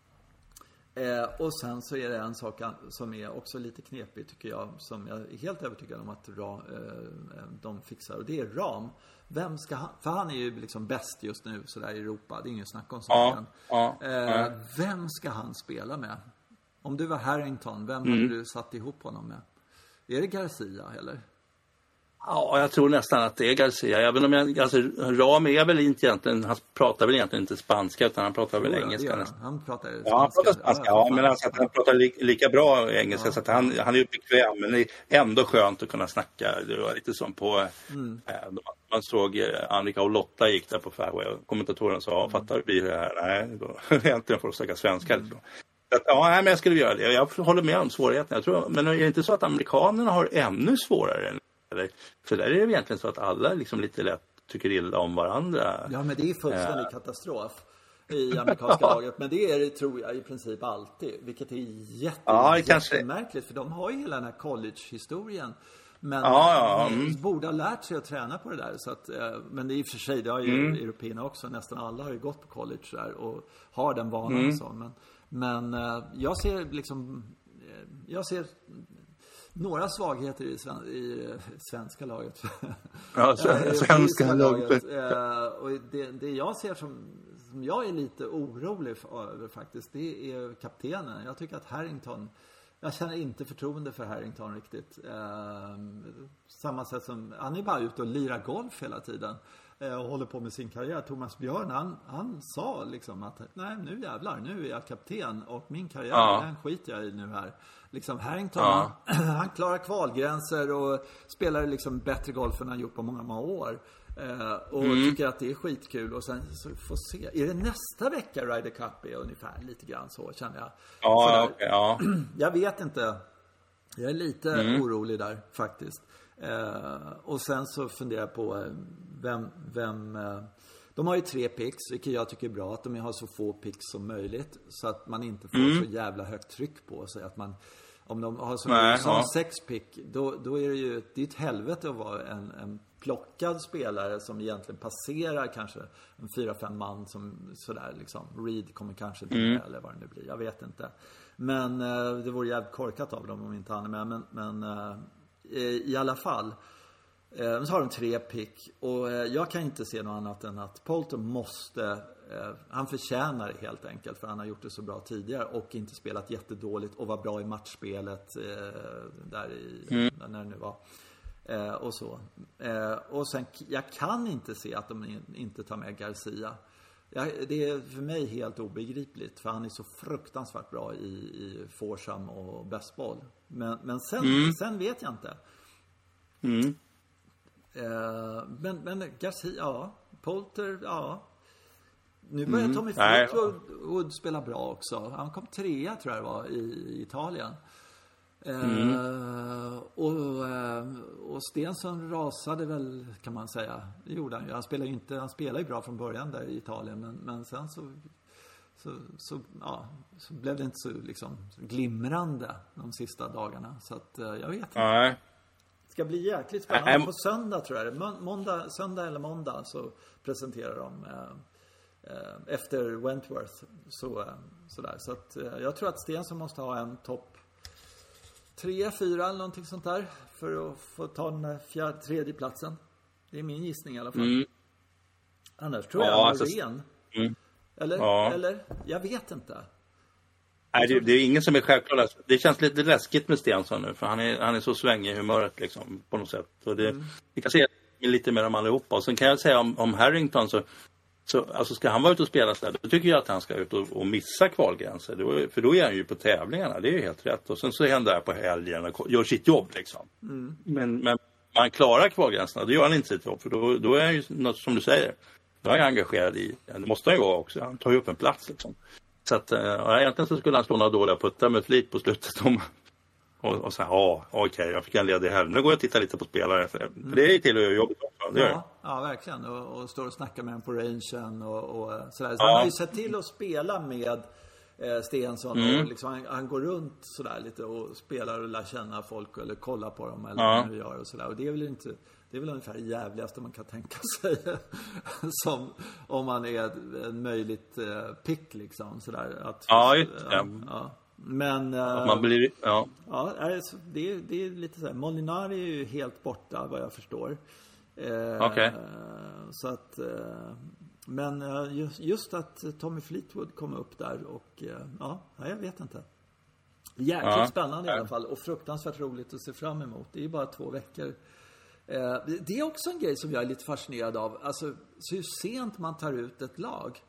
Eh, och sen så är det en sak som är också lite knepig, tycker jag, som jag är helt övertygad om att ra, eh, de fixar, och det är ram. Vem ska han, för han är ju liksom bäst just nu så där i Europa, det är ingen snack om saken. Ja, ja, eh, ja. Vem ska han spela med? Om du var Harrington, vem mm. hade du satt ihop honom med? Är det Garcia eller? Ja, jag tror nästan att det är Garcia. Även om jag, alltså, Ram är väl inte egentligen, han pratar väl egentligen inte spanska, utan han pratar väl oh, engelska. Han. han pratar spanska. Ja, han pratar spanska, ja, ja men alltså, han pratar li, lika bra engelska, ja, så att han, han är ju bekväm, men det är ändå skönt att kunna snacka. Det var lite som på, mm. eh, man såg eh, Annika och Lotta gick där på fairway, och kommentatorn sa, mm. fattar du blir det här? Nej, då äntligen får du snacka svenska. Mm. Att, ja, men jag skulle göra det. Jag håller med om svårigheten. Jag tror, men är det inte så att amerikanerna har ännu svårare? Eller? För där är det egentligen så att alla liksom lite lätt tycker illa om varandra. Ja, men det är fullständig äh. katastrof i amerikanska laget. Men det är det, tror jag, i princip alltid. Vilket är jätte, ja, jättemärkligt. Kanske... För de har ju hela den här college-historien. Men ja, ja, mm. borde ha lärt sig att träna på det där. Så att, men det är i och för sig, det har ju mm. européerna också. Nästan alla har ju gått på college där och har den vanan. Mm. Så. Men, men jag ser liksom, jag ser några svagheter i, sven, i svenska laget. Ja, svenska laget. Och det, det jag ser som, som jag är lite orolig över faktiskt, det är kaptenen. Jag tycker att Harrington, jag känner inte förtroende för Harrington riktigt. Eh, samma sätt som, han är bara ute och lirar golf hela tiden. Eh, och håller på med sin karriär. Thomas Björn, han, han sa liksom att nej, nu jävlar, nu är jag kapten. Och min karriär, ja. den skiter jag i nu här. Liksom Harrington, ja. han, han klarar kvalgränser och spelar liksom bättre golf än han gjort på många, många år. Uh, och mm. tycker att det är skitkul. Och sen så får se. Är det nästa vecka Ryder Cup är ungefär lite grann så, känner jag. Ja, okay, ja. Jag vet inte. Jag är lite mm. orolig där faktiskt. Uh, och sen så funderar jag på vem, vem uh, de har ju tre picks, vilket jag tycker är bra. Att de har så få picks som möjligt. Så att man inte får mm. så jävla högt tryck på sig. Att man, om de har så Nej, som ja. sex pick, då, då är det ju det är ett helvete att vara en, en plockad spelare som egentligen passerar kanske en fyra, fem man som sådär liksom. Reed kommer kanske inte med mm. eller vad det nu blir. Jag vet inte. Men eh, det vore jävligt korkat av dem om inte han är med. Men, men eh, i alla fall eh, så har de tre pick. Och eh, jag kan inte se något annat än att Poulter måste eh, han förtjänar det helt enkelt. För han har gjort det så bra tidigare. Och inte spelat jättedåligt. Och var bra i matchspelet eh, där i, mm. när det nu var. Eh, och så. Eh, och sen, jag kan inte se att de in, inte tar med Garcia. Jag, det är för mig helt obegripligt. För han är så fruktansvärt bra i, i foursome och bästboll. Men, men sen, mm. sen vet jag inte. Mm. Eh, men, men Garcia, ja. Poulter, ja. Nu börjar mm. Tommy Fleetwood spela bra också. Han kom trea tror jag det var i, i Italien. Mm. Uh, och, uh, och Stensson rasade väl, kan man säga. Det gjorde han ju. Han spelar ju inte, han spelar ju bra från början där i Italien, men, men sen så så, så, ja, så blev det inte så liksom glimrande de sista dagarna. Så att uh, jag vet inte. Nej. Det ska bli jäkligt spännande. Mm. På söndag tror jag det. Måndag, söndag eller måndag så presenterar de uh, uh, efter Wentworth så, uh, sådär. Så att uh, jag tror att Stensson måste ha en topp tre, fyra eller någonting sånt där för att få ta den där fjärde, tredje platsen. Det är min gissning i alla fall. Mm. Annars tror jag ja, han är alltså, ren. Mm. Eller? Ja. Eller? Jag vet inte. Nej, det, det är ingen som är självklart. Det känns lite läskigt med Stensson nu. För han är, han är så svängig i humöret liksom, på något sätt. Och det, mm. Vi kan se lite mer om allihopa. Och sen kan jag säga om, om Harrington så Så, alltså ska han vara ute och spela så där, då tycker jag att han ska ut och, och missa kvalgränser. Då, för då är han ju på tävlingarna, det är ju helt rätt. Och sen så är han där på helgen och gör sitt jobb liksom. Mm. Men, men man klarar kvalgränserna, då gör han inte sitt jobb. För då, då är han ju något som du säger. Då är han engagerad i, det måste han ju vara också. Han tar ju upp en plats liksom. Så att, ja, egentligen så skulle han slå några dåliga puttar med flit på slutet om. Och, och så här, ja, okej, okay, jag fick en ledig helg. Nu går jag och tittar lite på spelare. För, mm. för det är ju till att göra jobbet också. Det ja, ja, verkligen. Och, och står och snackar med en på rangen och, och sådär. Så ja. Han har ju sett till att spela med eh, Stensson. Mm. Och liksom, han, han går runt sådär lite och spelar och lär känna folk eller kollar på dem eller ja. vad de gör och sådär. Och det är väl inte... Det är väl ungefär det jävligaste man kan tänka sig. Som om man är en möjligt eh, pick liksom. Sådär, att, ja, just det. Ja, ja. Men uh, man blir, ja. Ja, det är, det är lite så här. Molinari är ju helt borta vad jag förstår. Eh, okay. Så att eh, men just, just att Tommy Fleetwood kom upp där och eh, ja, jag vet inte. Jäkligt ja. spännande i alla fall och fruktansvärt roligt att se fram emot. Det är ju bara två veckor. Eh, det är också en grej som jag är lite fascinerad av. Alltså så hur sent man tar ut ett lag.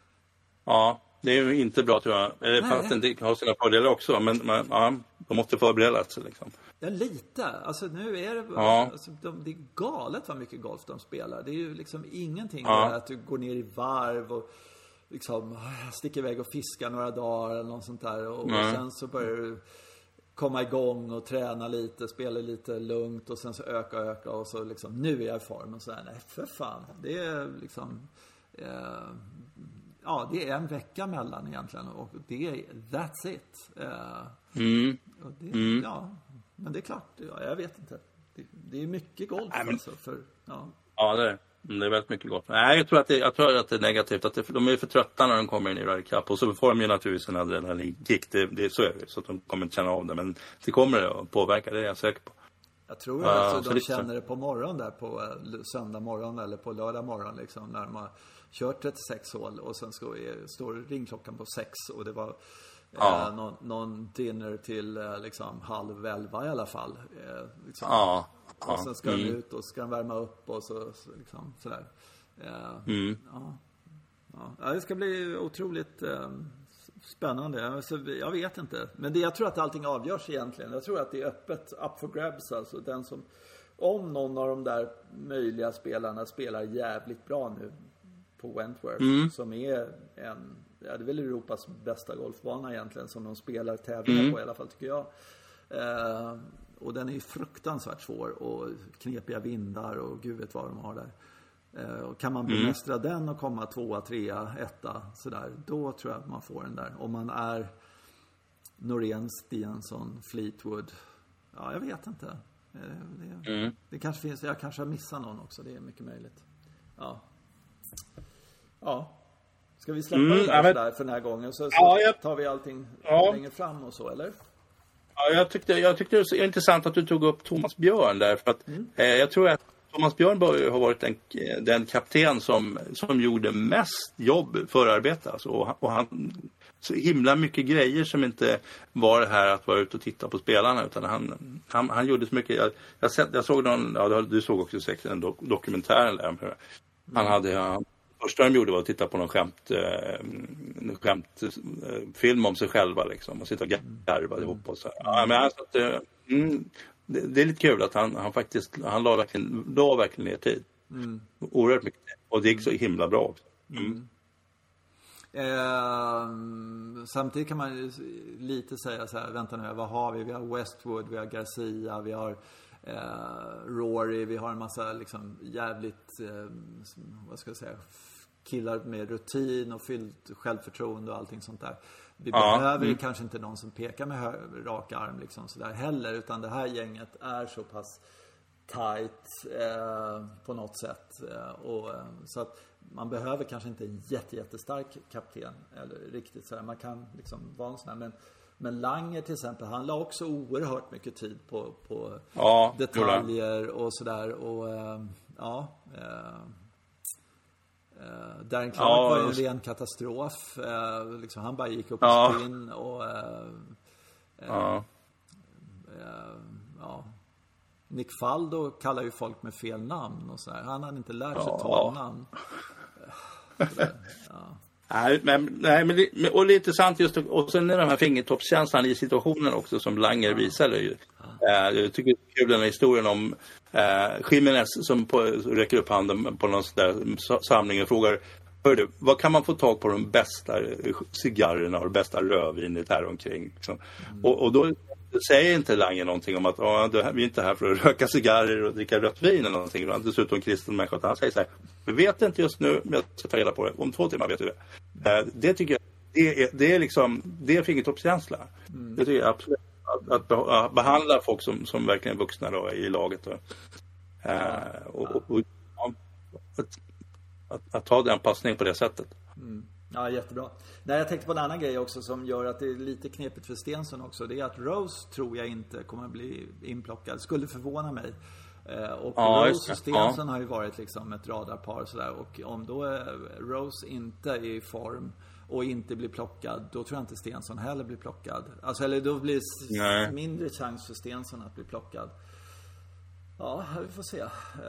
Ja. Det är ju inte bra tror jag. Nej. Fast det har sina fördelar också. Men man, ja, de måste förbereda sig liksom. Ja, lite. Alltså nu är det... Ja. Alltså, de, det är galet vad mycket golf de spelar. Det är ju liksom ingenting ja. att du går ner i varv och liksom sticker iväg och fiskar några dagar eller något sånt där. Och, mm. och sen så börjar du komma igång och träna lite, spela lite lugnt och sen så öka och öka och så liksom, nu är jag i form och så här, nej för fan. Det är liksom, eh, ja det är en vecka mellan egentligen och det är, that's it. Eh, mm. och det, mm. ja, men det är klart, ja, jag vet inte. Det, det är mycket golf nej, men... alltså, för, ja. Ja, det är det är väldigt mycket gott. Nej, jag tror att det, jag tror att det är negativt. Att det, de är för trötta när de kommer in i Ryder Cup. Och så får de ju naturligtvis en adrenalinkick. Det, det, så är det. Så att de kommer inte känna av det. Men det kommer att påverka, det är jag säker på. Jag tror att alltså, uh, de känner det på morgonen där. På uh, söndag morgon eller på lördag morgon. Liksom, när de har kört trettiosex hål. Och sen ska, är, står ringklockan på sex. Och det var ja. uh, någon, någon dinner till uh, liksom, halv elva i alla fall. Uh, liksom. Ja. Och sen ska mm. de ut och ska de värma upp och så, så liksom sådär. Uh, mm. ja. Ja, det ska bli otroligt uh, spännande. Alltså, jag vet inte. Men det, jag tror att allting avgörs egentligen. Jag tror att det är öppet, up for grabs. Alltså den som, om någon av de där möjliga spelarna spelar jävligt bra nu på Wentworth. Mm. Som är en, ja, det är väl Europas bästa golfbana egentligen. Som de spelar tävlingar mm. på i alla fall tycker jag. Uh, Och den är ju fruktansvärt svår och knepiga vindar och gud vet vad de har där. Eh, och kan man bemästra mm. den och komma tvåa, trea, etta sådär, då tror jag att man får den där. Om man är Norén, Stensson, Fleetwood, ja jag vet inte. Eh, det, mm. det kanske finns, jag kanske har missat någon också, det är mycket möjligt. Ja. Ja. Ska vi släppa mm, det där, men... där för den här gången så, så ja, jag... tar vi allting ja. längre fram och så, eller? Ja, jag tyckte, jag tyckte det var intressant att du tog upp Thomas Björn där. För att, mm. eh, jag tror att Thomas Björn bör ha varit den, den kapten som, som gjorde mest jobb förarbete. Alltså, och, och han så himla mycket grejer som inte var det här att vara ute och titta på spelarna. Utan han, han, han gjorde så mycket. Jag, jag, sett, jag såg någon, ja, du såg också säkert en dok, dokumentär där. Mm. Han hade... Han, första de gjorde var att titta på någon skämt, eh, skämtfilm om sig själva liksom, och sitta och garva mm. ihop och så. Ja, men alltså, att, eh, mm, det, det är lite kul att han, han faktiskt han la verkligen, la verkligen ner tid. Mm. Oerhört mycket. Och det gick så himla bra också. Mm. Mm. Eh, samtidigt kan man ju lite säga så här, vänta nu, vad har vi? Vi har Westwood, vi har Garcia, vi har eh, Rory, vi har en massa liksom jävligt, eh, vad ska jag säga, killar med rutin och fyllt självförtroende och allting sånt där. Vi ja. behöver mm. kanske inte någon som pekar med hö- rak arm liksom sådär heller, utan det här gänget är så pass tight eh, på något sätt eh, och eh, så att man behöver kanske inte en jätte, jättestark kapten eller riktigt sådär, man kan liksom vara en sån här, men men Langer till exempel, han la också oerhört mycket tid på, på ja, detaljer och sådär och äh, ja äh, äh, Darren Clark ja, var ju en ren katastrof äh, liksom, han bara gick upp ja. och spinn och äh, äh, ja. Äh, ja Nick Faldo kallar ju folk med fel namn och sådär, han hade inte lärt sig ja. talnamn äh, ja. Nej, men, nej, men det, och det är intressant just och sen är de här fingertoppskänslan i situationen också som Langer ja. visade ju. Ja. Eh, jag tycker det är kul den här historien om eh, Jimenez som på, räcker upp handen på någon sån där samling och frågar, hör du, vad kan man få tag på de bästa cigarrerna och det bästa rödvinet här omkring liksom. mm. och, och då säger inte Langer någonting om att ah, vi är inte här för att röka cigarrer och dricka rött vin eller någonting. Han är dessutom kristen människa. Han säger så här, vi vet inte just nu, men jag ska ta reda på det. Om två timmar vet du det. Det tycker jag, det är, det är liksom, det är fingertoppskänsla. Mm. Det tycker jag absolut. Att, att, att behandla folk som, som verkligen är vuxna då, i laget. Då. Ja. Uh, och, och, och ja, att, att, att ta den passningen på det sättet. Mm. Ja, jättebra. Nej, jag tänkte på en annan grej också som gör att det är lite knepigt för Stensson också. Det är att Rose tror jag inte kommer att bli inplockad. Skulle förvåna mig. Och ja, Rose och Stensson ja. har ju varit liksom ett radarpar och sådär. Och om då Rose inte är i form och inte blir plockad, då tror jag inte Stensson heller blir plockad. Alltså, eller då blir det mindre chans för Stensson att bli plockad. Ja, vi får se.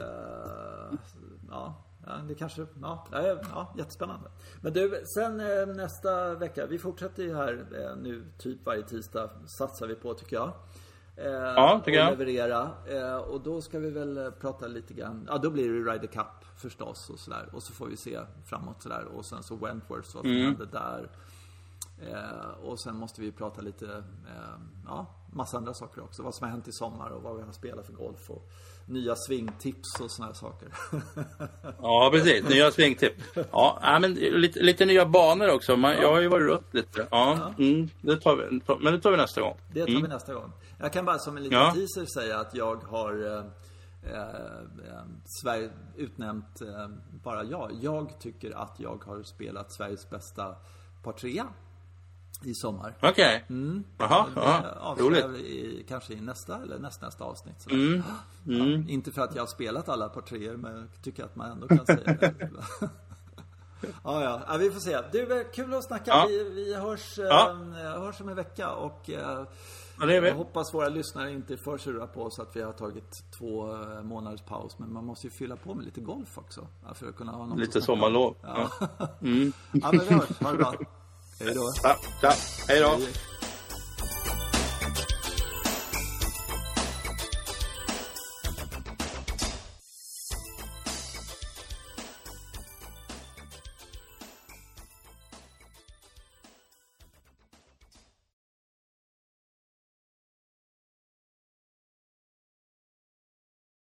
Ja. Ja, det kanske, ja, ja, jättespännande. Men du, sen eh, nästa vecka, vi fortsätter ju här eh, nu typ varje tisdag satsar vi på tycker jag. Eh, ja, tycker jag. Och leverera. Eh, och då ska vi väl prata lite grann. Ja, då blir det Ryder Cup förstås och sådär. Och så får vi se framåt sådär. Och sen så Wentworth, vad som mm. hände där. Eh, och sen måste vi prata lite, eh, ja, massa andra saker också. Vad som har hänt i sommar och vad vi har spelat för golf och nya svingtips och såna här saker. Ja, precis. Nya svingtips. Ja, men lite, lite nya banor också. Man, ja. Jag har ju varit runt lite. Ja, ja. Mm, det tar vi, men det tar vi nästa gång. Det tar mm. vi nästa gång. Jag kan bara som en liten ja. teaser säga att jag har eh, eh, Sverige utnämnt, eh, bara jag. Jag tycker att jag har spelat Sveriges bästa par trea i sommar. Okej. Okay. Mm. Jaha, ja, roligt. I, kanske i nästa eller nästnästa avsnitt. Mm. Mm. Ja, inte för att jag har spelat alla par treor, men jag tycker att man ändå kan säga det. ja, ja, ja, vi får se. Du, kul att snacka. Ja. Vi, vi hörs, ja. äh, hörs om en vecka och äh, ja, det är vi. Jag hoppas våra lyssnare inte är för sura på oss att vi har tagit två äh, månaders paus. Men man måste ju fylla på med lite golf också. För att kunna ha något lite sommarlov. Ja. Ja. Mm. Ja, men vi hörs. Ha det bra. Hej då. Ja, ja. Hej då.